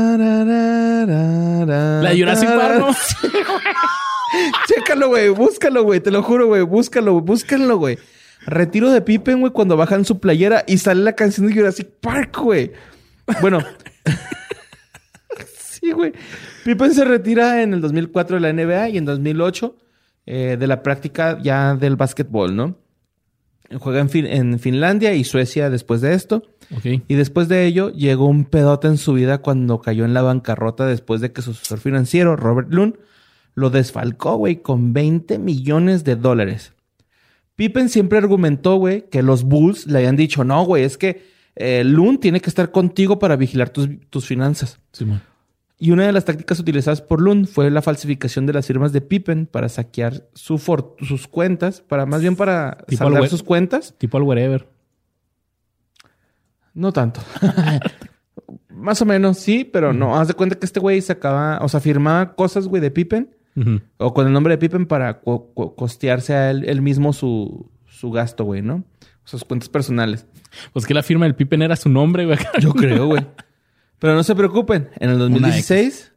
La de Jurassic Park, ¿no? Chécalo, güey. Búscalo, güey. Te lo juro, güey. Búscalo, búscalo, güey. Retiro de Pippen, güey, cuando bajan su playera y sale la canción de Jurassic Park, güey. Bueno. Sí, güey. Pippen se retira en el dos mil cuatro de la N B A y en dos mil ocho eh, de la práctica ya del básquetbol, ¿no? Juega en, fin- en Finlandia y Suecia después de esto. Okay. Y después de ello, llegó un pedote en su vida cuando cayó en la bancarrota después de que su asesor financiero, Robert Lund, lo desfalcó, güey, con veinte millones de dólares. Pippen siempre argumentó, güey, que los Bulls le habían dicho, no, güey, es que eh, Lund tiene que estar contigo para vigilar tus, tus finanzas. Sí, man. Y una de las tácticas utilizadas por Lund fue la falsificación de las firmas de Pippen para saquear su for- sus cuentas, para más bien para tipo saldar we- sus cuentas. Tipo al wherever. No tanto. Más o menos, sí, pero uh-huh. no. Haz de cuenta que este güey sacaba, o sea, firmaba cosas, güey, de Pippen. Uh-huh. O con el nombre de Pippen para co- co- costearse a él, él mismo su, su gasto, güey, ¿no? Sus cuentas personales. Pues que la firma del Pippen era su nombre, güey. Yo creo, güey. Pero no se preocupen. En el dos mil dieciséis...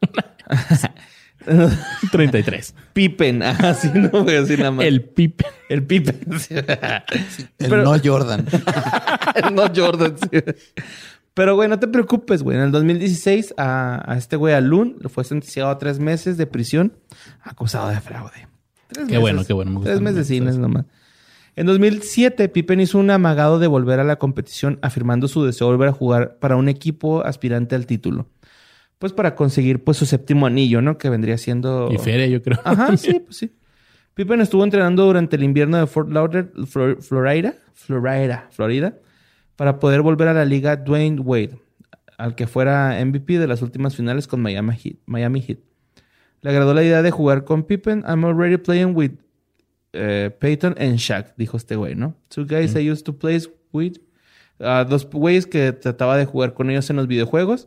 treinta y tres. Pippen. Así no, güey. Así nada más. El Pippen. El Pippen. Sí. El Pero... no Jordan. El no Jordan, sí. Pero, güey, no te preocupes, güey. En el dos mil dieciséis, a, a este güey, a Lund, le fue sentenciado a tres meses de prisión acusado de fraude. Tres qué meses. bueno, qué bueno. Me tres meses cines nomás. En dos mil siete, Pippen hizo un amagado de volver a la competición, afirmando su deseo de volver a jugar para un equipo aspirante al título. Pues para conseguir, pues, su séptimo anillo, ¿no? Que vendría siendo... Y feria, yo creo. Ajá, sí, pues sí. Pippen estuvo entrenando durante el invierno de Fort Lauderdale, Flor- Florida, Florida, Florida, para poder volver a la liga Dwayne Wade, al que fuera M V P de las últimas finales con Miami Heat. Miami Heat. Le agradó la idea de jugar con Pippen. I'm already playing with uh, Peyton and Shaq, dijo este güey, ¿no? Two guys mm. I used to play with. Uh, dos güeyes que trataba de jugar con ellos en los videojuegos.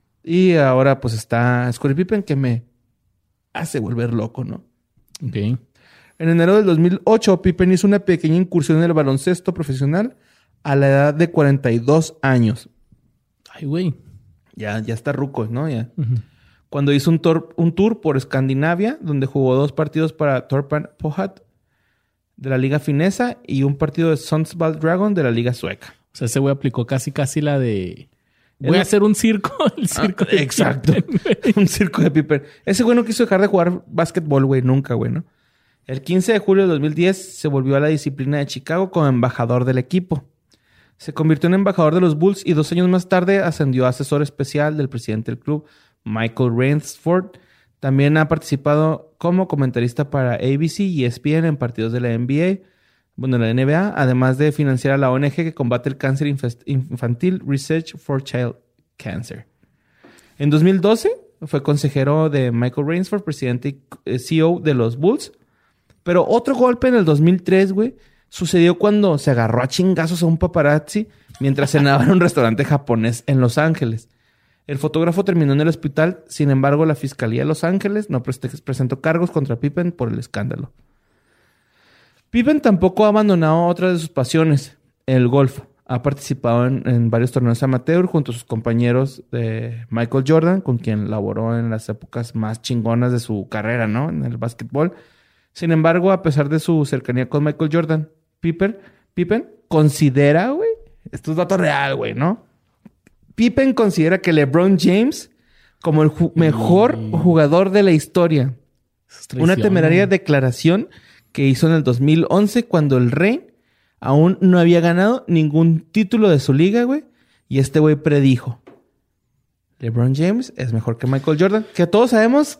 Y ahora pues está Scottie Pippen, que me hace volver loco, ¿no? Ok. En enero del dos mil ocho, Pippen hizo una pequeña incursión en el baloncesto profesional a la edad de cuarenta y dos años. Ay, güey. Ya, ya está ruco, ¿no? Ya. Uh-huh. Cuando hizo un, tor- un tour por Escandinavia, donde jugó dos partidos para Torpan Pohat de la Liga Finesa y un partido de Sundsvall Dragon de la Liga Sueca. O sea, ese güey aplicó casi casi la de... Voy a hacer un circo. El circo ah, de exacto. Pippen, un circo de Pippen. Ese güey no quiso dejar de jugar básquetbol, güey. Nunca, güey, ¿no? El quince de julio de dos mil diez se volvió a la disciplina de Chicago como embajador del equipo. Se convirtió en embajador de los Bulls y dos años más tarde ascendió a asesor especial del presidente del club, Michael Rainsford. También ha participado como comentarista para A B C y E S P N en partidos de la N B A, bueno, la N B A, además de financiar a la O N G que combate el cáncer infantil, Research for Child Cancer. En dos mil doce fue consejero de Michael Rainsford, presidente y C E O de los Bulls. Pero otro golpe en el dos mil tres, güey, sucedió cuando se agarró a chingazos a un paparazzi mientras cenaba en un restaurante japonés en Los Ángeles. El fotógrafo terminó en el hospital. Sin embargo, la Fiscalía de Los Ángeles no presentó cargos contra Pippen por el escándalo. Pippen tampoco ha abandonado otra de sus pasiones, el golf. Ha participado en, en varios torneos amateur junto a sus compañeros de Michael Jordan, con quien laboró en las épocas más chingonas de su carrera, ¿no? En el básquetbol. Sin embargo, a pesar de su cercanía con Michael Jordan, Pippen, Pippen considera, güey, esto es dato real, güey, ¿no? Pippen considera que LeBron James como el ju- mejor mm. jugador de la historia. Una temeraria declaración que hizo en el dos mil once cuando el Rey aún no había ganado ningún título de su liga, güey. Y este güey predijo: LeBron James es mejor que Michael Jordan. Que todos sabemos...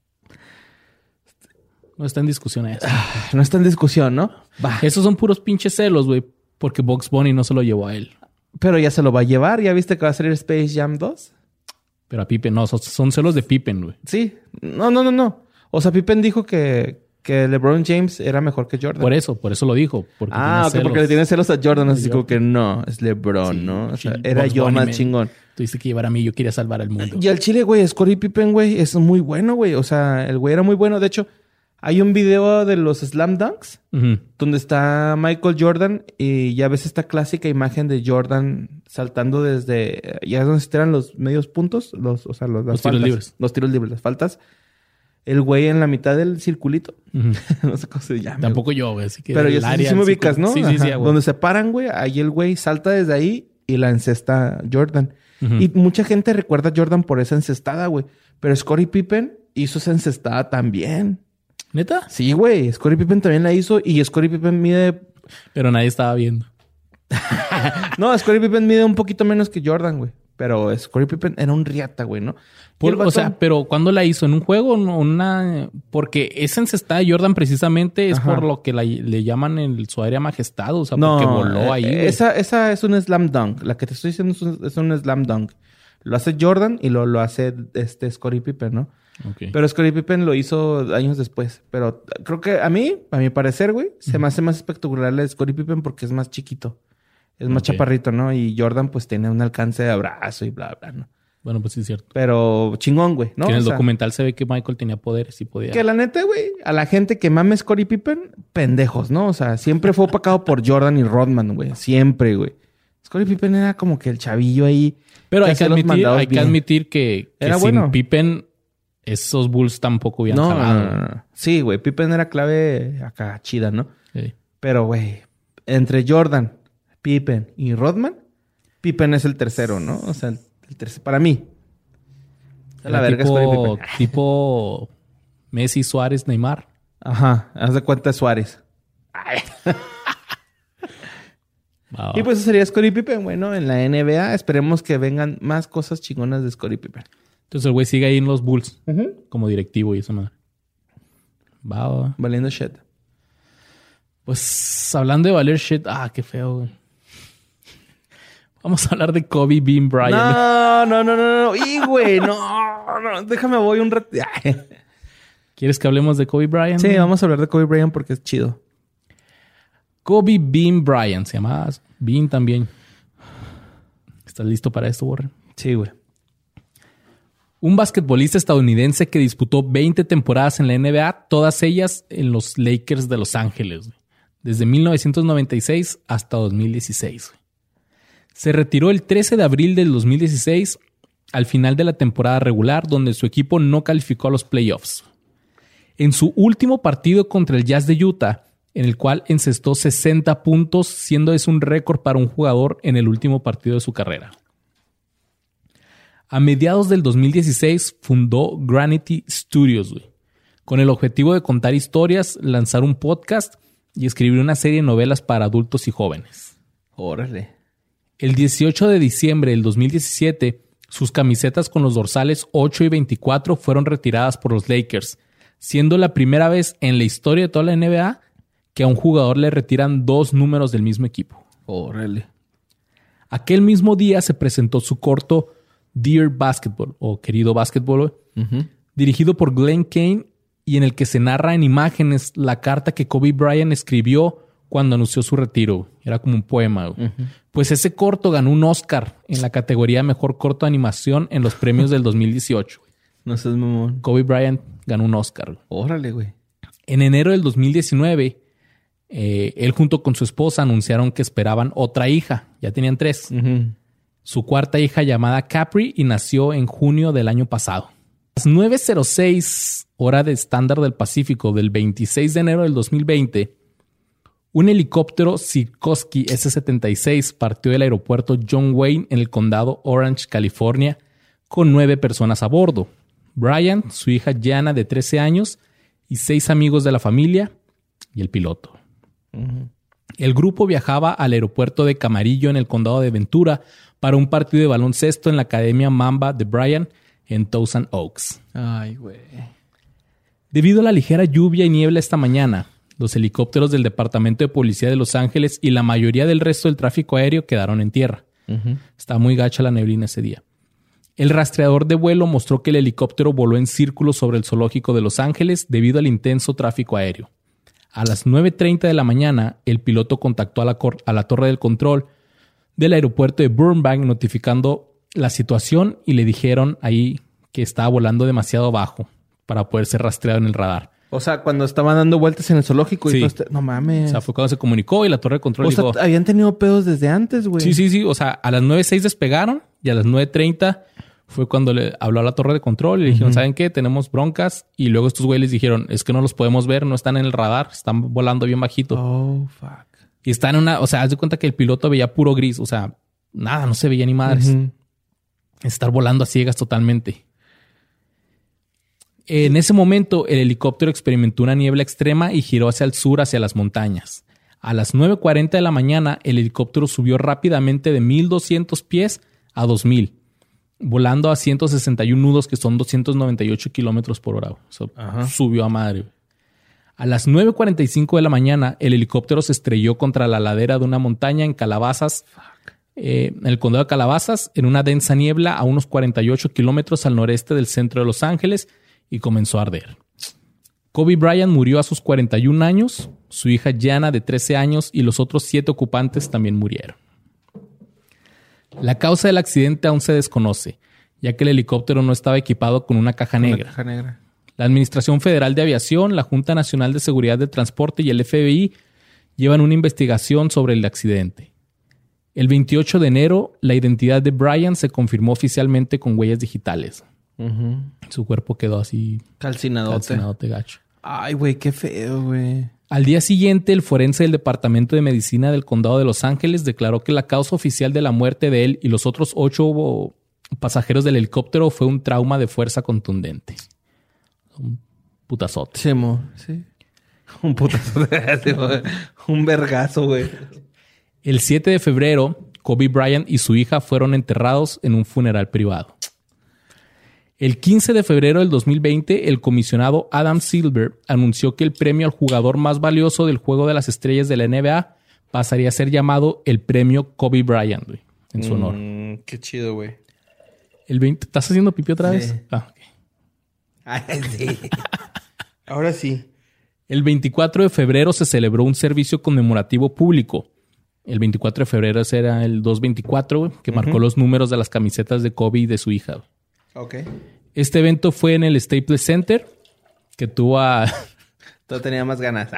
No está en discusión eso. No está en discusión, ¿no? Va. Esos son puros pinches celos, güey. Porque Bugs Bunny no se lo llevó a él. Pero ya se lo va a llevar. ¿Ya viste que va a salir Space Jam dos? Pero a Pippen no. Son, son celos de Pippen, güey. Sí. No, no, no, no. O sea, Pippen dijo que... que LeBron James era mejor que Jordan. Por eso, por eso lo dijo. Porque ah, ok, porque le tiene celos a Jordan. Así como que no, es LeBron, sí, ¿no? O sea, sí, era yo más me, chingón. Tuviste que llevar a mí, yo quería salvar al mundo. Y al Chile, güey, Scottie Pippen, güey, es muy bueno, güey. O sea, el güey era muy bueno. De hecho, hay un video de los Slam Dunks uh-huh. donde está Michael Jordan y ya ves esta clásica imagen de Jordan saltando desde... Ya es donde se tiran los medios puntos, los, o sea, los, las los faltas, tiros libres. Los tiros libres, las faltas. El güey en la mitad del circulito. Uh-huh. No sé cómo se llama. Tampoco yo, güey. Así que pero yo sí, sí me ubicas, ¿no? Sí, sí, sí. Ajá. Donde se paran, güey. Ahí el güey salta desde ahí y la encesta Jordan. Uh-huh. Y mucha gente recuerda a Jordan por esa encestada, güey. Pero Scottie Pippen hizo esa encestada también. ¿Neta? Sí, güey. Scottie Pippen también la hizo. Y Scottie Pippen mide... Pero nadie estaba viendo. No, Scottie Pippen mide un poquito menos que Jordan, güey. Pero Scottie Pippen era un riata, güey, ¿no? Por, batón... O sea, pero ¿cuándo la hizo? ¿En un juego? Una... Porque esa encestada de Jordan precisamente es Ajá. por lo que la, le llaman el, su área majestad. O sea, no, porque voló ahí. Eh, esa, esa es un slam dunk. La que te estoy diciendo es un, es un slam dunk. Lo hace Jordan y lo, lo hace este Scottie Pippen, ¿no? Okay. Pero Scottie Pippen lo hizo años después. Pero creo que a mí, a mi parecer, güey, se uh-huh. me hace más espectacular la de Scottie Pippen porque es más chiquito. Es más okay. chaparrito, ¿no? Y Jordan, pues, tiene un alcance de abrazo y bla, bla, ¿no? Bueno, pues sí es cierto. Pero chingón, güey, ¿no? Que en el o sea, documental se ve que Michael tenía poderes y podía... Que la neta, güey, a la gente que mame Scottie Pippen, pendejos, ¿no? O sea, siempre fue opacado por Jordan y Rodman, güey. Siempre, güey. Scottie Pippen era como que el chavillo ahí... Pero hay que admitir, hay que, admitir que, que sin bueno. Pippen, esos Bulls tampoco habían no, jalado. No, no, no. Sí, güey. Pippen era clave acá, chida, ¿no? Sí. Pero, güey, entre Jordan... Pippen y Rodman, Pippen es el tercero, ¿no? O sea, el, el tercero para mí. La verga tipo, es Pippen. Tipo Messi, Suárez, Neymar. Ajá, haz de cuenta Suárez. Wow. Y pues eso sería Scottie Pippen, bueno, en la N B A. Esperemos que vengan más cosas chingonas de Scottie Pippen. Entonces el güey sigue ahí en los Bulls, uh-huh. como directivo y esa madre. Va, va. Valiendo shit. Pues hablando de valer shit, ah, qué feo, güey. Vamos a hablar de Kobe Bean Bryant. No, no, no, no, no. Y güey, no, no. Déjame voy un rato. ¿Quieres que hablemos de Kobe Bryant? Sí, vamos a hablar de Kobe Bryant porque es chido. Kobe Bean Bryant. Se llama Bean también. ¿Estás listo para esto, Warren? Sí, güey. Un basquetbolista estadounidense que disputó veinte temporadas en la N B A, todas ellas en los Lakers de Los Ángeles, güey. Desde mil novecientos noventa y seis hasta dos mil dieciséis, güey. Se retiró el trece de abril del dos mil dieciséis al final de la temporada regular, donde su equipo no calificó a los playoffs. En su último partido contra el Jazz de Utah, en el cual encestó sesenta puntos, siendo ese un récord para un jugador en el último partido de su carrera. A mediados del dos mil dieciséis fundó Granity Studios, güey, con el objetivo de contar historias, lanzar un podcast y escribir una serie de novelas para adultos y jóvenes. Órale. El dieciocho de diciembre del dos mil diecisiete, sus camisetas con los dorsales ocho y veinticuatro fueron retiradas por los Lakers, siendo la primera vez en la historia de toda la N B A que a un jugador le retiran dos números del mismo equipo. Órale. Aquel mismo día se presentó su corto Dear Basketball, o Querido Basketball, uh-huh. dirigido por Glenn Kane y en el que se narra en imágenes la carta que Kobe Bryant escribió cuando anunció su retiro. Era como un poema. Uh-huh. Pues ese corto ganó un Oscar en la categoría Mejor Corto de Animación en los premios del dos mil dieciocho. No seas mamón. Kobe Bryant ganó un Oscar. Órale, güey. En enero del dos mil diecinueve, eh, él junto con su esposa anunciaron que esperaban otra hija. Ya tenían tres. Uh-huh. Su cuarta hija llamada Capri y nació en junio del año pasado. A las nueve cero seis hora de estándar del Pacífico del veintiséis de enero del dos mil veinte, un helicóptero Sikorsky ese setenta y seis partió del aeropuerto John Wayne en el condado Orange, California, con nueve personas a bordo. Bryant, su hija Gianna de trece años y seis amigos de la familia y el piloto. Uh-huh. El grupo viajaba al aeropuerto de Camarillo en el condado de Ventura para un partido de baloncesto en la Academia Mamba de Bryant en Thousand Oaks. Ay, güey. Debido a la ligera lluvia y niebla esta mañana, los helicópteros del Departamento de Policía de Los Ángeles y la mayoría del resto del tráfico aéreo quedaron en tierra. Uh-huh. Estaba muy gacha la neblina ese día. El rastreador de vuelo mostró que el helicóptero voló en círculo sobre el zoológico de Los Ángeles debido al intenso tráfico aéreo. A las nueve treinta de la mañana, el piloto contactó a la, cor- a la torre del control del aeropuerto de Burbank notificando la situación y le dijeron ahí que estaba volando demasiado bajo para poder ser rastreado en el radar. O sea, cuando estaban dando vueltas en el zoológico y sí. todo este... No mames. O sea, fue cuando se comunicó y la torre de control o dijo... O sea, habían tenido pedos desde antes, güey. Sí, sí, sí. O sea, a las nueve seis despegaron y a las nueve treinta fue cuando le habló a la torre de control y le dijeron, uh-huh. ¿saben qué? Tenemos broncas. Y luego estos güeyes les dijeron, es que no los podemos ver, no están en el radar, están volando bien bajito. Oh, fuck. Y están en una... O sea, haz de cuenta que el piloto veía puro gris. O sea, nada, no se veía ni madres. Uh-huh. Estar volando a ciegas totalmente. En ese momento, el helicóptero experimentó una niebla extrema y giró hacia el sur, hacia las montañas. A las nueve cuarenta de la mañana, el helicóptero subió rápidamente de mil doscientos pies a dos mil, volando a ciento sesenta y uno nudos, que son doscientos noventa y ocho kilómetros por hora. O sea, subió a madre. A las nueve cuarenta y cinco de la mañana, el helicóptero se estrelló contra la ladera de una montaña en Calabazas, eh, en el condado de Calabazas, en una densa niebla a unos cuarenta y ocho kilómetros al noreste del centro de Los Ángeles, y comenzó a arder. Kobe Bryant murió a sus cuarenta y un años, su hija Gianna de trece años y los otros siete ocupantes también murieron. La causa del accidente aún se desconoce, ya que el helicóptero no estaba equipado con una caja negra. Una caja negra. La Administración Federal de Aviación, la Junta Nacional de Seguridad del Transporte y el F B I llevan una investigación sobre el accidente. El veintiocho de enero, la identidad de Bryant se confirmó oficialmente con huellas digitales. Uh-huh. Su cuerpo quedó así... Calcinadote. Calcinadote gacho. Ay, güey, qué feo, güey. Al día siguiente, el forense del Departamento de Medicina del Condado de Los Ángeles declaró que la causa oficial de la muerte de él y los otros ocho pasajeros del helicóptero fue un trauma de fuerza contundente. Un putazote. Sí, mo. Sí. Un putazote. Un vergazo, güey. El siete de febrero, Kobe Bryant y su hija fueron enterrados en un funeral privado. El quince de febrero del dos mil veinte, el comisionado Adam Silver anunció que el premio al jugador más valioso del Juego de las Estrellas de la N B A pasaría a ser llamado el premio Kobe Bryant, güey, en su honor. Mm, qué chido, güey. El veinte... ¿Estás haciendo pipí otra vez? Sí. Ah, ok. Ay, sí. Ahora sí. El veinticuatro de febrero se celebró un servicio conmemorativo público. El veinticuatro de febrero ese era el dos veinticuatro, güey, que uh-huh. marcó los números de las camisetas de Kobe y de su hija. Ok. Este evento fue en el Staples Center, que tuvo a... Todo tenía más ganas.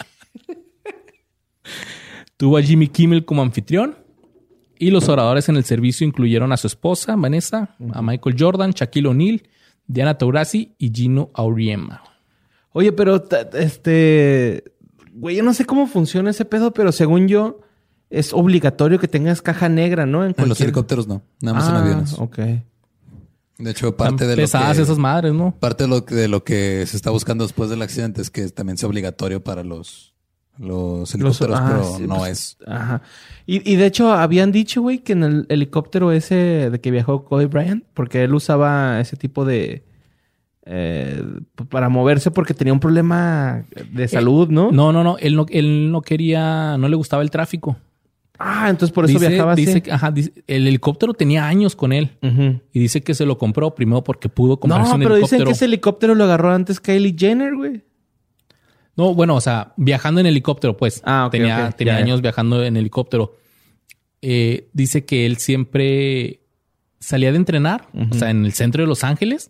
Tuvo a Jimmy Kimmel como anfitrión. Y los oradores en el servicio incluyeron a su esposa, Vanessa, uh-huh. a Michael Jordan, Shaquille O'Neal, Diana Taurasi y Gino Auriemma. Oye, pero este... Güey, yo no sé cómo funciona ese pedo, pero según yo, es obligatorio que tengas caja negra, ¿no? En, cualquier... en los helicópteros no. Nada más ah, en aviones. Ok. De hecho, parte de pesadas lo que... esas madres, ¿no? Parte de lo, que, de lo que se está buscando después del accidente es que también sea obligatorio para los, los helicópteros, los, ah, pero sí, no pues, es. Ajá. Y, y de hecho, habían dicho, güey, que en el helicóptero ese de que viajó Kobe Bryant, porque él usaba ese tipo de... Eh, para moverse porque tenía un problema de salud, ¿no? No, no, no. Él no, él no quería... No le gustaba el tráfico. Ah, entonces por eso dice, viajaba dice, así. Ajá, dice, el helicóptero tenía años con él. Uh-huh. Y dice que se lo compró primero porque pudo comprarse no, un pero helicóptero. Dicen que ese helicóptero lo agarró antes Kylie Jenner, güey. No, bueno, o sea, viajando en helicóptero, pues. Ah, ok, Tenía, ok. tenía Ya, años ya. viajando en helicóptero. Eh, dice que él siempre salía de entrenar, Ujú. o sea, en el centro de Los Ángeles.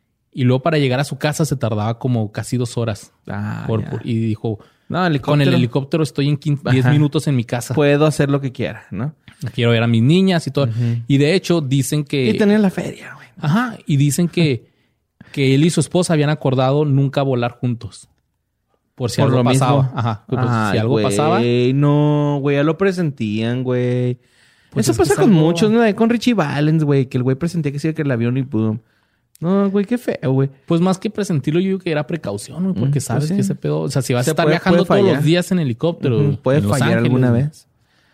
Y luego para llegar a su casa se tardaba como casi dos horas. Ah, Por- ya. por- y dijo, No, helicóptero. con el helicóptero estoy en quince, diez Ajá. minutos en mi casa. Puedo hacer lo que quiera, ¿no? Quiero ver a mis niñas y todo. Ujú. Y de hecho dicen que... Y tener la feria, güey. Ajá. Y dicen que, que él y su esposa habían acordado nunca volar juntos. Por si Por algo lo pasaba. mismo. Ajá. Pues, Ay, si algo güey, pasaba. No, güey, ya lo presentían, güey. Pues Eso es que pasa es con algo- muchos, ¿no? Con Richie Valens, güey, que el güey presentía que sí, que el avión y boom. No, güey, qué feo, güey. Pues más que presentirlo, yo digo que era precaución, güey, porque Mm, sabes pues sí. que ese pedo... O sea, si vas Se a estar puede- viajando puede todos fallar. los días en helicóptero... Ujú, Puede en Los fallar Ángeles, alguna güey. vez.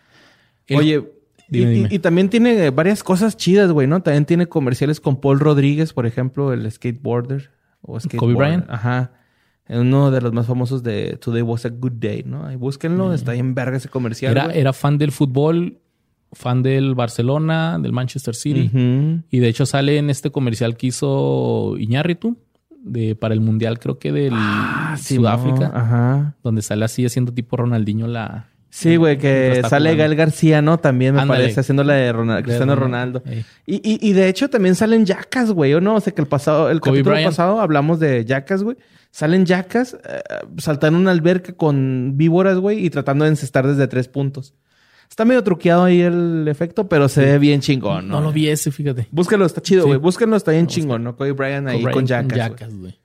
El- Oye, y, Dime, y- dime. y también tiene varias cosas chidas, güey, ¿no? También tiene comerciales con Paul Rodríguez, por ejemplo, el skateboarder. O skateboarder. Bryant. Ajá. Uno de los más famosos de Today Was a Good Day, ¿no? Ahí búsquenlo, está ahí en verga ese comercial, Era, güey. era fan del fútbol, fan del Barcelona, del Manchester City. Ujú. Y de hecho sale en este comercial que hizo Iñárritu de, para el Mundial, creo que del Ah, Sudáfrica. Simón, Ajá. Donde sale así haciendo tipo Ronaldinho la... Sí, güey, que Mientras está sale jugando. Gael García, ¿no? También me Ándale. parece, haciendo la de Ronald- de Cristiano Ronaldo. Ey. Y, y, y de hecho también salen Jackass, güey, ¿o no? O sea, que el pasado, el Kobe capítulo Bryant. pasado hablamos de Jackass, güey. Salen Jackass eh, saltando en una alberca con víboras, güey, y tratando de encestar desde tres puntos. Está medio truqueado ahí el efecto, pero se ve bien chingón, ¿no? No lo vi ese, fíjate. Búsquenlo, está chido, Sí. güey. Búsquenlo, está bien chingón, ¿no? Kobe Bryant ahí con Jackass, güey. Jackass, güey.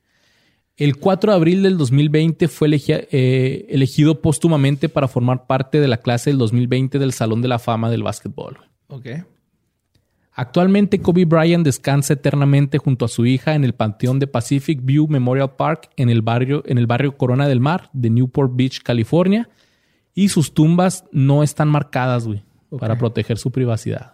El cuatro de abril del dos mil veinte fue elegi- eh, elegido póstumamente para formar parte de la clase del dos mil veinte del Salón de la Fama del Básquetbol. güey. Ok. Actualmente Kobe Bryant descansa eternamente junto a su hija en el panteón de Pacific View Memorial Park en el barrio, en el barrio Corona del Mar de Newport Beach, California. Y sus tumbas no están marcadas, güey, para proteger su privacidad.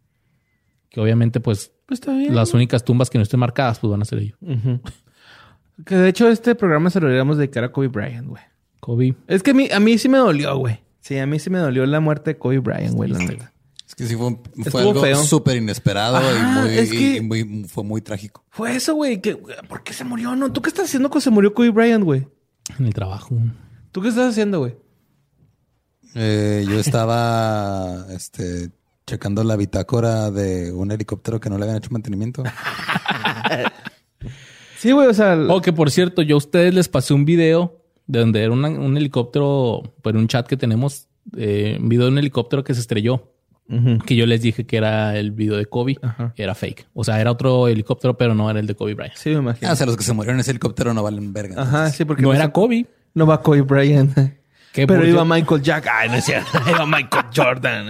Que obviamente, pues, Pues está bien. las únicas tumbas que no estén marcadas, pues van a ser ellos. Ujú. Que de hecho este programa se lo deberíamos dedicar a Kobe Bryant, güey. Kobe. Es que a mí, a mí sí me dolió, güey. Sí, a mí sí me dolió la muerte de Kobe Bryant, güey, la neta. Es que sí fue, fue Estuvo algo feo. súper inesperado Ajá, y, muy, es que- y muy- fue muy trágico. Fue eso, güey. que- ¿Por qué se murió? No, ¿tú qué estás haciendo cuando se murió Kobe Bryant, güey? En el trabajo. ¿Tú qué estás haciendo, güey? Eh, yo estaba este, checando la bitácora de un helicóptero que no le habían hecho mantenimiento. Sí, güey, o sea... Oh, que por cierto, yo a ustedes les pasé un video de donde era una- un helicóptero, por un chat que tenemos, eh, un video de un helicóptero que se estrelló. Ujú. Que yo les dije que era el video de Kobe. Ajá. Era fake. O sea, era otro helicóptero, pero no era el de Kobe Bryant. Sí, me imagino. Ah, o sea, los que se murieron en ese helicóptero no valen verga. Ajá, sí, porque... No no era se- Kobe. No va Kobe Bryant. Que Pero por iba cierto- Michael Jack. Ay, no es cierto. Iba Michael Jordan.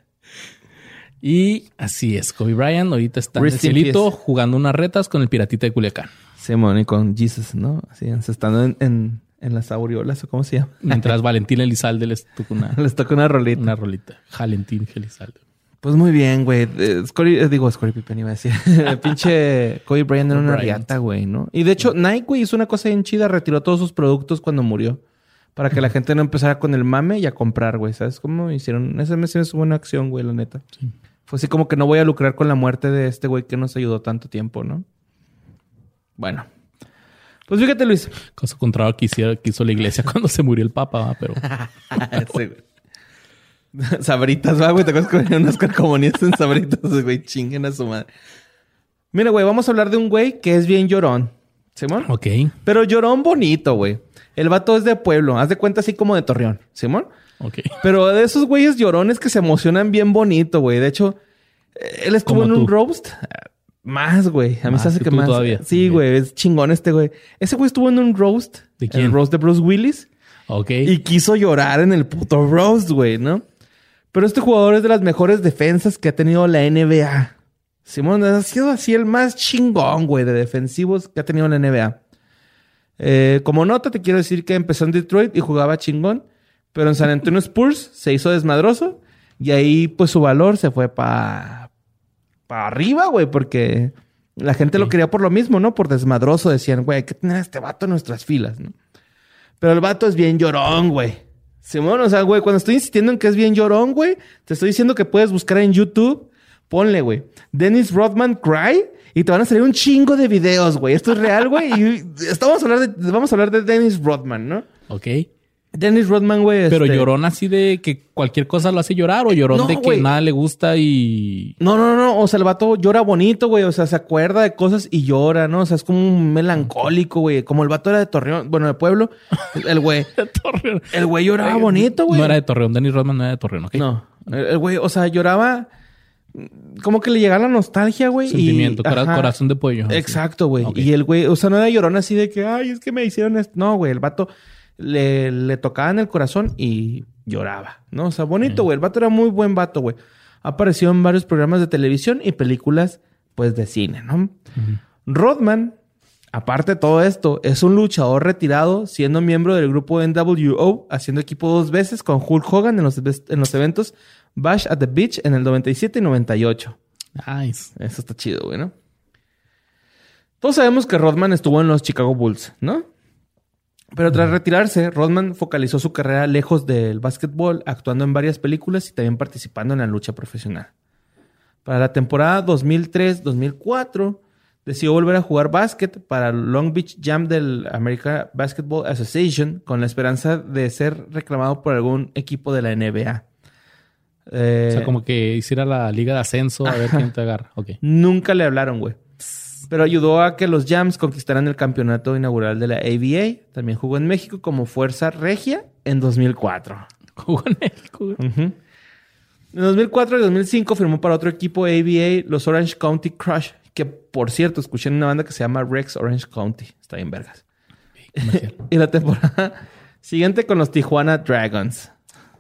Y así es. Kobe Bryant ahorita está Rest en in el cielito peace. jugando unas retas con el piratita de Culiacán. Simón y con Jesus, ¿no? Así, estando en, en, en las aureolas, ¿o cómo se llama? Mientras Valentín Elizalde les tocó una, Les toca una rolita. una rolita. Valentín Elizalde. Pues muy bien, güey. Eh, Scottie- eh, digo, Scottie Pippen iba a decir. Pinche Kobe Bryant era una Bryant. riata, güey, ¿no? Y de hecho, Nike, güey, hizo una cosa bien chida. Retiró todos sus productos cuando murió. Para que la gente no empezara con el mame y a comprar, güey. ¿Sabes cómo hicieron? Esa me es buena acción, güey, la neta. Sí. Fue así como que no voy a lucrar con la muerte de este güey que nos ayudó tanto tiempo, ¿no? Bueno. Pues fíjate, Luis. Cosa contraria que, hiciera, que hizo la iglesia cuando se murió el Papa, ¿va? Pero Sí, güey. Sabritas, va, güey. ¿Te acuerdas que venían unas calcomanías en sabritas, güey? Chinguen a su madre. Mira, güey, vamos a hablar de un güey que es bien llorón. ¿Simón? ok. Pero llorón bonito, güey. El vato es de pueblo. Haz de cuenta así como de Torreón. ¿Simón? Ok. Pero de esos güeyes llorones que se emocionan bien bonito, güey. De hecho, eh, él estuvo Como en un tú. roast. Más, güey. A mí Más se hace que que tú más. todavía. Sí, Ok. güey. Es chingón este güey. Ese güey estuvo en un roast. ¿De quién? El roast de Bruce Willis. Ok. Y quiso llorar en el puto roast, güey, ¿no? Pero este jugador es de las mejores defensas que ha tenido la N B A. Simón ha sido así el más chingón, güey, de defensivos que ha tenido la N B A. Eh, como nota, te quiero decir que empezó en Detroit y jugaba chingón. Pero en San Antonio Spurs se hizo desmadroso. Y ahí, pues, su valor se fue para pa arriba, güey. Porque la gente Ok. lo quería por lo mismo, ¿no? Por desmadroso. Decían, güey, hay que tener a este vato en nuestras filas, ¿no? Pero el vato es bien llorón, güey. Simón, o sea, güey, cuando estoy insistiendo en que es bien llorón, güey, te estoy diciendo que puedes buscar en YouTube. Ponle, güey, Dennis Rodman Cry y te van a salir un chingo de videos, güey. Esto es real, güey. Y estamos a hablar de, vamos a hablar de Dennis Rodman, ¿no? Ok. Dennis Rodman, güey. Pero este... llorón así de que cualquier cosa lo hace llorar o llorón no, de que wey. Nada le gusta y... No, no, no. O sea, el vato llora bonito, güey. O sea, se acuerda de cosas y llora, ¿no? O sea, es como un melancólico, güey. Como el vato era de Torreón, bueno, de pueblo. El güey... de Torreón. El güey lloraba bonito, güey. No era de Torreón. Dennis Rodman no era de Torreón, ¿ok? No. El güey, o sea, lloraba... Como que le llegaba la nostalgia, güey. Sentimiento, y, cora- corazón de pollo. Exacto, güey. Okay. Y el güey, o sea, no era llorón así de que, ay, es que me hicieron esto. No, güey, el vato le, le tocaba en el corazón y lloraba, ¿no? O sea, bonito, güey. Sí. El vato era muy buen vato, güey. Ha aparecido en varios programas de televisión y películas, pues, de cine, ¿no? Uh-huh. Rodman, aparte de todo esto, es un luchador retirado, siendo miembro del grupo N W O, haciendo equipo dos veces con Hulk Hogan en los, en los eventos Bash at the Beach en el noventa y siete y noventa y ocho. Nice. Eso está chido, güey, ¿no? Todos sabemos que Rodman estuvo en los Chicago Bulls, ¿no? Pero tras retirarse, Rodman focalizó su carrera lejos del básquetbol, actuando en varias películas y también participando en la lucha profesional. Para la temporada dos mil tres dos mil cuatro, decidió volver a jugar básquet para Long Beach Jam del American Basketball Association con la esperanza de ser reclamado por algún equipo de la N B A. Eh, o sea, como que hiciera la liga de ascenso a ajá. ver quién te agarra. Okay. Nunca le hablaron, güey. Pero ayudó a que los Jams conquistaran el campeonato inaugural de la A B A. También jugó en México como Fuerza Regia en dos mil cuatro. Jugó en México, güey. Uh-huh. En dos mil cuatro y dos mil cinco firmó para otro equipo A B A, los Orange County Crush. Que, por cierto, escuché en una banda que se llama Rex Orange County. Está bien vergas. Y la temporada siguiente con los Tijuana Dragons.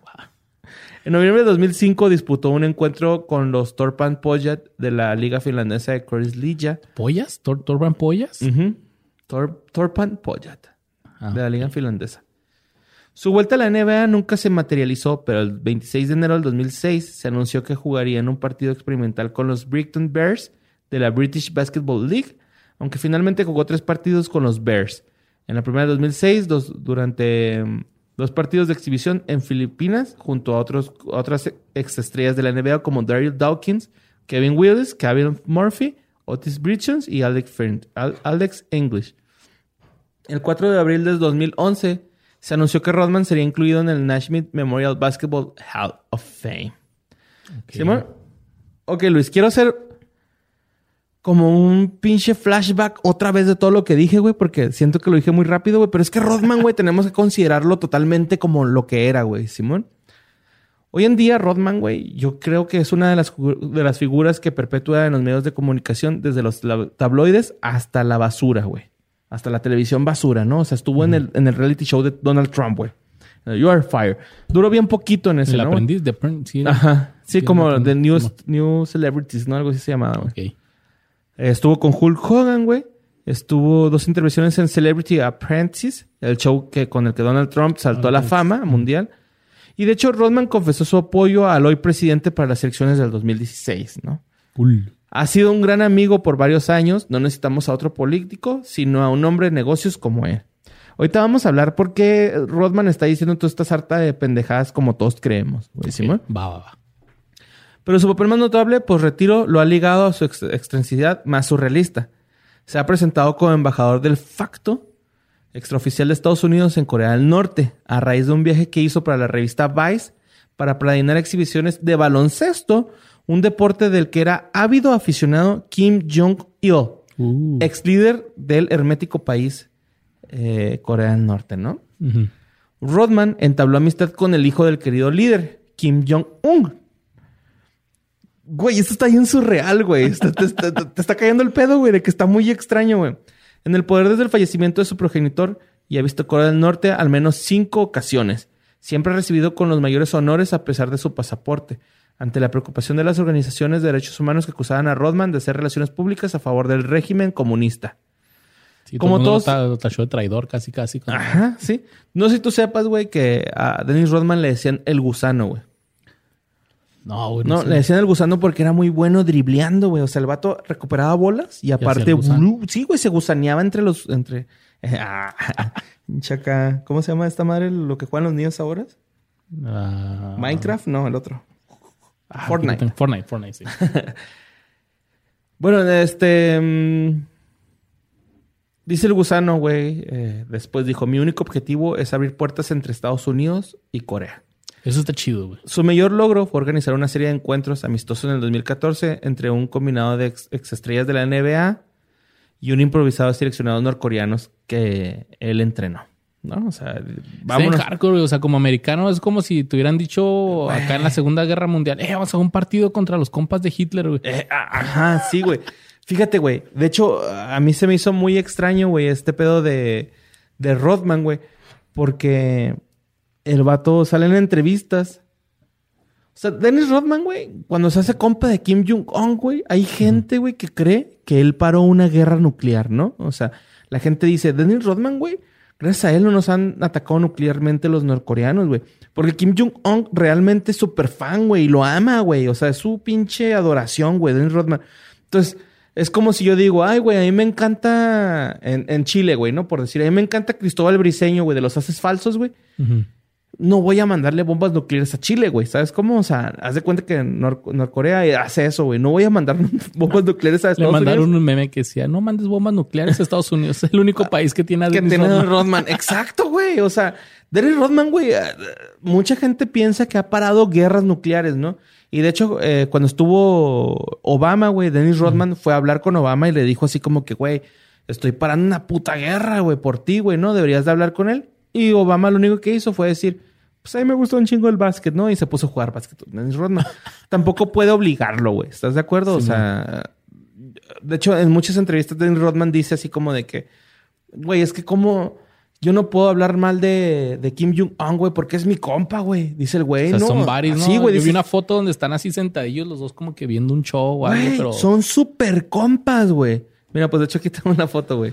En noviembre de dos mil cinco disputó un encuentro con los Torpan Poyat de la liga finlandesa de Korisliga. ¿Pollas? ¿Tor- ¿Torpan Pollas? Uh-huh. Tor- Torpan Poyat ah, de la liga okay. finlandesa. Su vuelta a la N B A nunca se materializó, pero el veintiséis de enero del dos mil seis se anunció que jugaría en un partido experimental con los Brighton Bears de la British Basketball League, aunque finalmente jugó tres partidos con los Bears. En la primera de dos mil seis, dos, durante... Dos partidos de exhibición en Filipinas junto a otros, otras exestrellas de la N B A como Daryl Dawkins, Kevin Willis, Kevin Murphy, Otis Bridgens y Alex, Friend, Alex English. El cuatro de abril del dos mil once se anunció que Rodman sería incluido en el Naismith Memorial Basketball Hall of Fame. Okay. ¿Sí, ok, Luis, quiero hacer como un pinche flashback otra vez de todo lo que dije, güey, porque siento que lo dije muy rápido, güey. Pero es que Rodman, güey, tenemos que considerarlo totalmente como lo que era, güey, Simón. Hoy en día, Rodman, güey, yo creo que es una de las, de las figuras que perpetúa en los medios de comunicación desde los tabloides hasta la basura, güey. Hasta la televisión basura, ¿no? O sea, estuvo mm. en, el, en el reality show de Donald Trump, güey. You Are Fired. Duró bien poquito en ese, el ¿no? El aprendiz de... Sí, ajá. Sí, como The New, New Celebrities, ¿no? Algo así se llamaba, güey. Ok. Estuvo con Hulk Hogan, güey. Estuvo dos intervenciones en Celebrity Apprentice, el show que, con el que Donald Trump saltó a la fama mundial. Y de hecho, Rodman confesó su apoyo al hoy presidente para las elecciones del dos mil dieciséis, ¿no? Cool. Ha sido un gran amigo por varios años. No necesitamos a otro político, sino a un hombre de negocios como él. Ahorita vamos a hablar por qué Rodman está diciendo toda esta sarta de pendejadas como todos creemos. Okay. ¿Sí? Va, va, va. Pero su papel más notable, pues retiro, lo ha ligado a su ex- excentricidad más surrealista. Se ha presentado como embajador del facto, extraoficial de Estados Unidos en Corea del Norte, a raíz de un viaje que hizo para la revista Vice para planear exhibiciones de baloncesto, un deporte del que era ávido aficionado Kim Jong-il, uh. ex líder del hermético país eh, Corea del Norte, ¿no? Uh-huh. Rodman entabló amistad con el hijo del querido líder, Kim Jong-un. Güey, esto está bien surreal, güey. Te, te, te, te está cayendo el pedo, güey, de que está muy extraño, güey. En el poder desde el fallecimiento de su progenitor y ha visto Corea del Norte al menos cinco ocasiones. Siempre ha recibido con los mayores honores a pesar de su pasaporte. Ante la preocupación de las organizaciones de derechos humanos que acusaban a Rodman de hacer relaciones públicas a favor del régimen comunista. Sí, como todo todos... lo tachó de traidor casi, casi. Como... Ajá, sí. No sé si tú sepas, güey, que a Dennis Rodman le decían el gusano, güey. No, güey. No, no sé. Le decían el gusano porque era muy bueno dribleando, güey. O sea, el vato recuperaba bolas y aparte... Y sí, güey, se gusaneaba entre los... entre eh, ah, chaca... ¿Cómo se llama esta madre? ¿Lo que juegan los niños ahora? Uh... ¿Minecraft? No, el otro. Ah, Fortnite. Fortnite, Fortnite, sí. Bueno, este... Um, Dice el gusano, güey, eh, después dijo, mi único objetivo es abrir puertas entre Estados Unidos y Corea. Eso está chido, güey. Su mayor logro fue organizar una serie de encuentros amistosos en el dos mil catorce entre un combinado de ex, exestrellas de la N B A y un improvisado seleccionados norcoreanos que él entrenó, ¿no? O sea, vámonos. Sí, hardcore, o sea, como americano es como si te hubieran dicho güey. Acá en la Segunda Guerra Mundial, eh, vamos a un partido contra los compas de Hitler, güey. Eh, ajá, sí, güey. Fíjate, güey. De hecho, a mí se me hizo muy extraño, güey, este pedo de, de Rodman, güey, porque el vato sale en entrevistas. O sea, Dennis Rodman, güey, cuando se hace compa de Kim Jong-un, güey, hay gente, güey, que cree que él paró una guerra nuclear, ¿no? O sea, la gente dice, Dennis Rodman, güey, gracias a él no nos han atacado nuclearmente los norcoreanos, güey. Porque Kim Jong-un realmente es súper fan, güey, y lo ama, güey. O sea, es su pinche adoración, güey, Dennis Rodman. Entonces, es como si yo digo, ay, güey, a mí me encanta en, en Chile, güey, ¿no? Por decir, a mí me encanta Cristóbal Briseño, güey, de los Haces Falsos, güey. Uh-huh. No voy a mandarle bombas nucleares a Chile, güey. ¿Sabes cómo? O sea, haz de cuenta que Nor- Norcorea hace eso, güey. No voy a mandar bombas nucleares a Estados Unidos. Le mandaron un meme que decía, no mandes bombas nucleares a Estados Unidos. Es el único país que tiene a Dennis Rodman. Que tiene a Rodman. Exacto, güey. O sea, Dennis Rodman, güey, mucha gente piensa que ha parado guerras nucleares, ¿no? Y de hecho, eh, cuando estuvo Obama, güey, Dennis Rodman mm. fue a hablar con Obama y le dijo así como que, güey, estoy parando una puta guerra, güey, por ti, güey, ¿no? Deberías de hablar con él. Y Obama lo único que hizo fue decir, pues a mí me gustó un chingo el básquet, ¿no? Y se puso a jugar básquet. Dennis Rodman tampoco puede obligarlo, güey. ¿Estás de acuerdo? Sí, o sea, no. De hecho, en muchas entrevistas Dennis Rodman dice así como de que, güey, es que como yo no puedo hablar mal de, de Kim Jong-un, güey, porque es mi compa, güey. Dice el güey, o sea, ¿no? Son varios, ¿no? Sí, güey. Yo dice, vi una foto donde están así sentadillos los dos como que viendo un show o algo, güey, pero... son súper compas, güey. Mira, pues de hecho aquí tengo una foto, güey.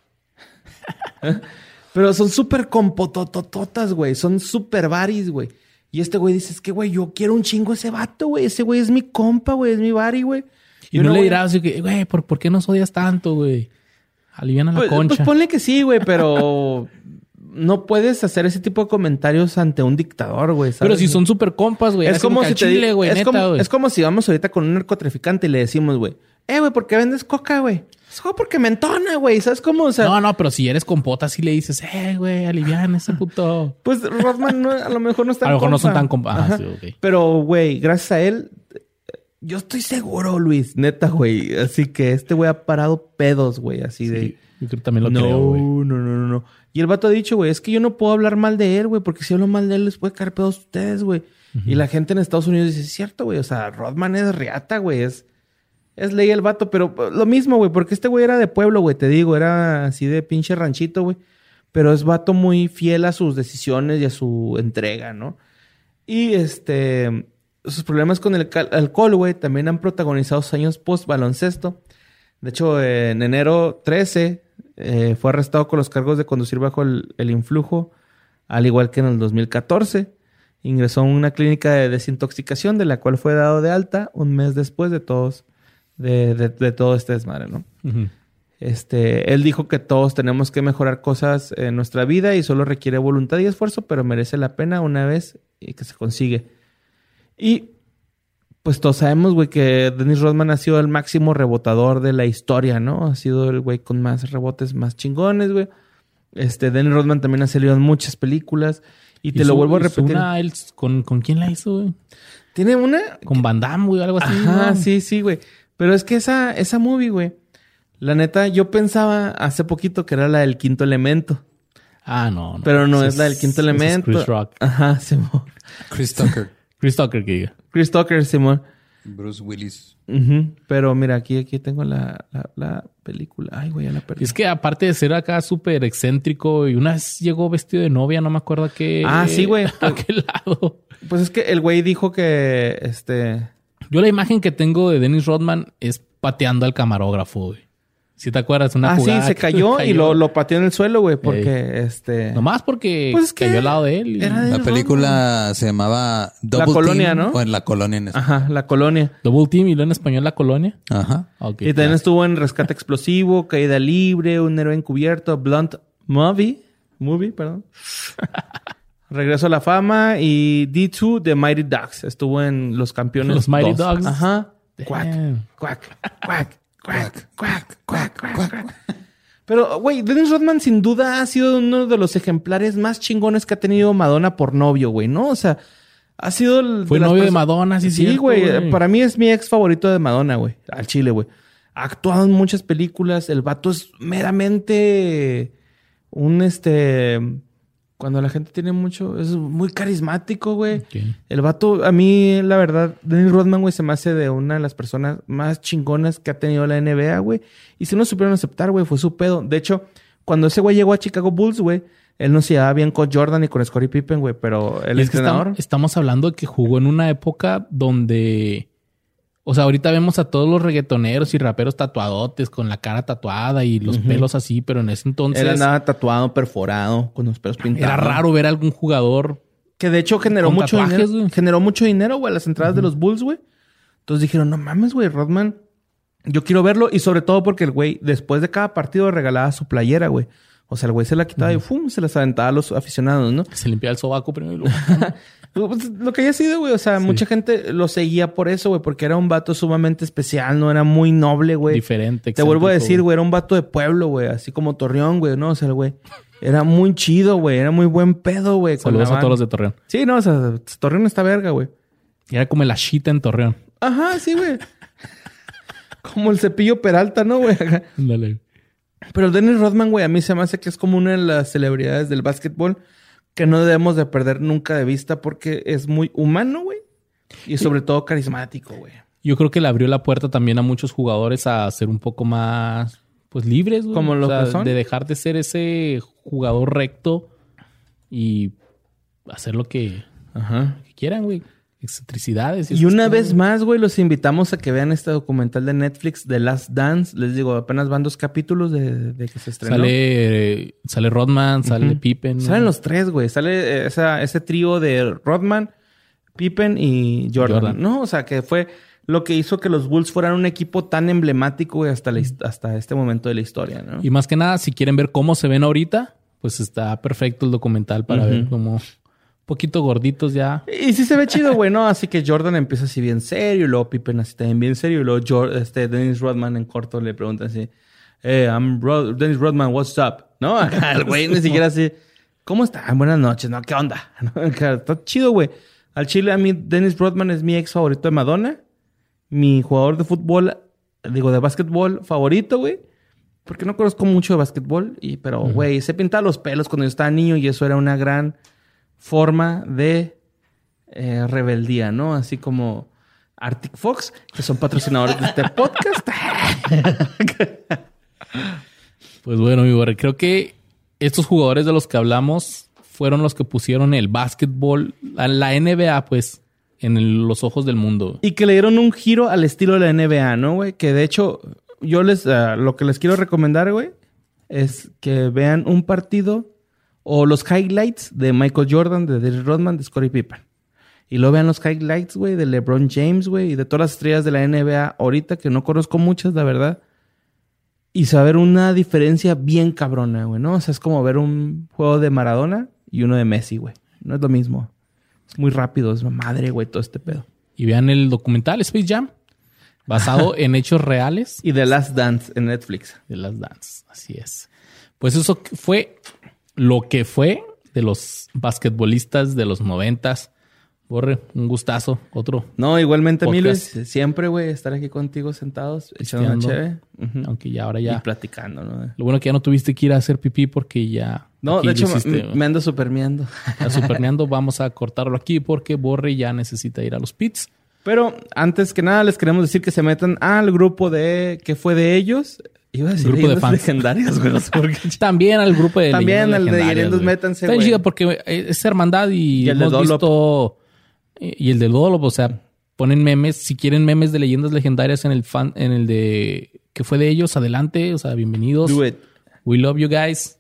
Pero son súper compototototas, güey. Son súper varis, güey. Y este güey dice, es que, güey, yo quiero un chingo a ese vato, güey. Ese güey es mi compa, güey. Es mi vari, güey. Y no, no le dirás, güey, ¿por, ¿por qué nos odias tanto, güey? Aliviana la pues, concha. Pues ponle que sí, güey, pero... no puedes hacer ese tipo de comentarios ante un dictador, güey. Pero si son súper compas, güey. Es como, como si te Chile, güey, es, neta, como, es como si vamos ahorita con un narcotraficante y le decimos, güey, eh, güey, ¿por qué vendes coca, güey? Es como porque me entona, güey. ¿Sabes cómo? O sea, no, no, pero si eres compota, sí le dices, eh, güey, alivian ese puto. Pues Rodman no, a lo mejor no es tan A lo mejor compa. no son tan compas. Ah, sí, okay. Pero, güey, gracias a él, yo estoy seguro, Luis, neta, güey. Así que este güey ha parado pedos, güey, así sí, de... Yo creo que también lo no, creo, güey. No, no, no, no. Y el vato ha dicho, güey, es que yo no puedo hablar mal de él, güey, porque si hablo mal de él les puede caer pedos a ustedes, güey. Uh-huh. Y la gente en Estados Unidos dice, es cierto, güey. O sea, Rodman es riata, güey. Es, es ley el vato, pero lo mismo, güey, porque este güey era de pueblo, güey, te digo, era así de pinche ranchito, güey. Pero es vato muy fiel a sus decisiones y a su entrega, ¿no? Y este... sus problemas con el cal- alcohol, güey, también han protagonizado años post-baloncesto. De hecho, en enero trece eh, fue arrestado con los cargos de conducir bajo el, el influjo, al igual que en el dos mil catorce. Ingresó a una clínica de desintoxicación, de la cual fue dado de alta un mes después de todos, de, de, de todo este desmadre, ¿no? Uh-huh. Este, él dijo que todos tenemos que mejorar cosas en nuestra vida y solo requiere voluntad y esfuerzo, pero merece la pena una vez y que se consigue. Y pues todos sabemos, güey, que Dennis Rodman ha sido el máximo rebotador de la historia, ¿no? Ha sido el güey con más rebotes más chingones, güey. Este, Dennis Rodman también ha salido en muchas películas. Y te hizo, lo vuelvo a repetir. Una, él, ¿con, ¿Con quién la hizo, güey? Tiene una... Con Van Damme, güey, algo así. Ajá, ¿no? sí, sí, güey. Pero es que esa, esa movie, güey, la neta, yo pensaba hace poquito que era la del Quinto Elemento. Ah, no. no. Pero no es, es la del Quinto es, Elemento. Es Chris Rock. Ajá, Simón. Chris Tucker. Chris Tucker, que diga. Chris Tucker, Simón. Bruce Willis. Uh-huh. Pero mira, aquí, aquí tengo la, la, la película. Ay, güey, ya la perdí. Es que aparte de ser acá súper excéntrico y una vez llegó vestido de novia, no me acuerdo a qué... Ah, sí, güey. ¿A qué lado? Pues es que el güey dijo que, este... Yo la imagen que tengo de Dennis Rodman es pateando al camarógrafo, güey. ¿Sí te acuerdas? Una ah, jugada sí, se cayó, cayó y lo, lo pateó en el suelo, güey, porque Ey. este... Nomás porque pues es que cayó al lado de él. Y... La película Rodman. Se llamaba Double La Colonia, Team, ¿no? O en La Colonia en español. Ajá, La Colonia. Double Team y luego en español La Colonia. Ajá. Okay, y también claro. Estuvo en Rescate Explosivo, Caída Libre, Un Héroe Encubierto, Blunt Movie, Movie, perdón. Regreso a la Fama y D dos de Mighty Ducks. Estuvo en Los Campeones Los Mighty dos. Ducks. Ajá. Cuac, cuac, cuac, cuac, cuac, cuac, cuac. Pero, güey, Dennis Rodman sin duda ha sido uno de los ejemplares más chingones que ha tenido Madonna por novio, güey, ¿no? O sea, ha sido... El Fue de novio las de Madonna, sí, sí, güey. Para mí es mi ex favorito de Madonna, güey. Al chile, güey. Ha actuado en muchas películas. El vato es meramente un, este... Cuando la gente tiene mucho... Es muy carismático, güey. Okay. El vato, a mí, la verdad, Dennis Rodman, güey, se me hace de una de las personas más chingonas que ha tenido la N B A, güey. Y si no supieron aceptar, güey, fue su pedo. De hecho, cuando ese güey llegó a Chicago Bulls, güey, él no se llevaba bien con Jordan ni con Scottie Pippen, güey. Pero el es entrenador... Que estamos, estamos hablando de que jugó en una época donde... O sea, ahorita vemos a todos los reggaetoneros y raperos tatuadotes con la cara tatuada y los uh-huh. pelos así, pero en ese entonces... Él andaba tatuado, perforado, con los pelos pintados. Era raro ver a algún jugador... Que de hecho generó mucho dinero. Wey. Generó mucho dinero, güey, a las entradas uh-huh. de los Bulls, güey. Entonces dijeron, no mames, güey, Rodman, yo quiero verlo. Y sobre todo porque el güey, después de cada partido, regalaba su playera, güey. O sea, el güey se la quitaba uh-huh. y ¡fum! Se las aventaba a los aficionados, ¿no? Se limpiaba el sobaco primero y luego... Pues, lo que haya sido, güey. O sea, sí. mucha gente lo seguía por eso, güey. Porque era un vato sumamente especial, ¿no? Era muy noble, güey. Diferente, Te vuelvo a decir, güey. Era un vato de pueblo, güey. Así como Torreón, güey. ¿No? O sea, el güey era muy chido, güey. Era muy buen pedo, güey. Saludos a todos los de Torreón. Sí, no. O sea, Torreón está verga, güey. Era como el Ashita en Torreón. Ajá, sí, güey. Como el Cepillo Peralta, ¿no, güey? Dale. Pero Dennis Rodman, güey, a mí se me hace que es como una de las celebridades del básquetbol que no debemos de perder nunca de vista porque es muy humano, güey. Y sobre sí. todo carismático, güey. Yo creo que le abrió la puerta también a muchos jugadores a ser un poco más, pues, libres, güey. Como lo o sea, que son. De dejar de ser ese jugador recto y hacer lo que, Ajá. que quieran, güey. Excentricidades. Y, y una vez güey. más, güey, los invitamos a que vean este documental de Netflix, The Last Dance. Les digo, apenas van dos capítulos de, de que se estrenó. Sale, eh, sale Rodman, sale uh-huh. Pippen. Salen los tres, güey. Sale esa, ese trío de Rodman, Pippen y Jordan, Jordan. ¿No? O sea, que fue lo que hizo que los Bulls fueran un equipo tan emblemático, güey, hasta, la, hasta este momento de la historia, ¿no? Y más que nada, si quieren ver cómo se ven ahorita, pues está perfecto el documental para uh-huh. ver cómo... Poquito gorditos ya. Y sí se ve chido, güey, ¿no? Así que Jordan empieza así bien serio. Y luego Pippen así también bien serio. Y luego Jordan, este, Dennis Rodman en corto le pregunta así... Hey, I'm Rod- Dennis Rodman, what's up? ¿No? El güey ni siquiera así... ¿Cómo está? Buenas noches, ¿no? ¿Qué onda? Está chido, güey. Al chile, a mí Dennis Rodman es mi ex favorito de Madonna. Mi jugador de fútbol... Digo, de básquetbol favorito, güey. Porque no conozco mucho de básquetbol. Y, pero, güey, uh-huh. se pintaba los pelos cuando yo estaba niño. Y eso era una gran... forma de eh, rebeldía, ¿no? Así como Arctic Fox, que son patrocinadores de este podcast. Pues bueno, mi barre, creo que estos jugadores de los que hablamos fueron los que pusieron el básquetbol, la N B A, pues, en el, los ojos del mundo. Y que le dieron un giro al estilo de la N B A, ¿no, güey? Que de hecho, yo les... Uh, lo que les quiero recomendar, güey, es que vean un partido... O los highlights de Michael Jordan, de Dennis Rodman, de Scottie Pippen. Y luego vean los highlights, güey, de LeBron James, güey, y de todas las estrellas de la N B A ahorita, que no conozco muchas, la verdad. Y saber una diferencia bien cabrona, güey, ¿no? O sea, es como ver un juego de Maradona y uno de Messi, güey. No es lo mismo. Es muy rápido, es madre, güey, todo este pedo. Y vean el documental Space Jam, basado en hechos reales. Y The Last Dance en Netflix. The Last Dance, así es. Pues eso fue... Lo que fue de los basquetbolistas de los noventas. Borre, un gustazo. Otro. No, igualmente a mí, Luis. Siempre, güey, estar aquí contigo sentados, echando una chévere. Uh-huh. Aunque ya ahora ya... Y platicando, ¿no? Lo bueno que ya no tuviste que ir a hacer pipí porque ya... No, de hecho, hiciste, me, me ando supermeando. Supermeando. Vamos a cortarlo aquí porque Borre ya necesita ir a los pits. Pero antes que nada les queremos decir que se metan al grupo de... ¿Qué fue de ellos? Iba a decir grupo de fans legendarias, güey. No sé por qué. También al grupo de También al de leyendas, métanse, güey. Está chido porque es hermandad y, y el hemos de visto... Y el de Dolop, o sea, ponen memes. Si quieren memes de leyendas legendarias en el fan, en el de... ¿Qué fue de ellos? Adelante. O sea, bienvenidos. Do it. We love you guys.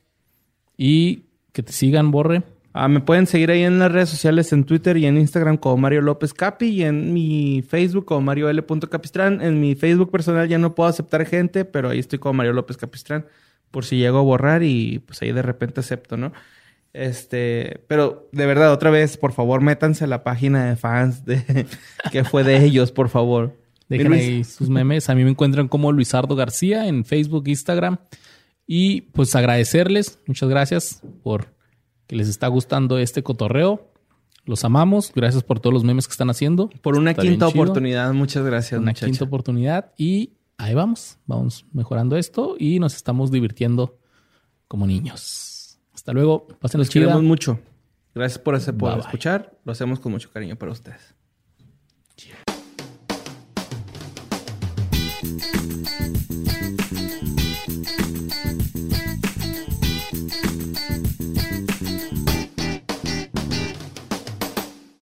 Y que te sigan, Borre. Ah, me pueden seguir ahí en las redes sociales, en Twitter y en Instagram como Mario López Capi y en mi Facebook como Mario L. Capistrán. En mi Facebook personal ya no puedo aceptar gente, pero ahí estoy como Mario López Capistrán por si llego a borrar y pues ahí de repente acepto, ¿no? Este, pero de verdad, otra vez, por favor, métanse a la página de fans de que fue de ellos, por favor. Dejen ahí sus memes. A mí me encuentran como Luisardo García en Facebook, Instagram. Y pues agradecerles. Muchas gracias por que les está gustando este cotorreo. Los amamos. Gracias por todos los memes que están haciendo. Por una está quinta oportunidad. Muchas gracias, Una muchacha. quinta oportunidad. Y ahí vamos. Vamos mejorando esto y nos estamos divirtiendo como niños. Hasta luego. Pásenlos chida. Nos queremos mucho. Gracias por, hacer, por bye, escuchar. Bye. Lo hacemos con mucho cariño para ustedes. Yeah.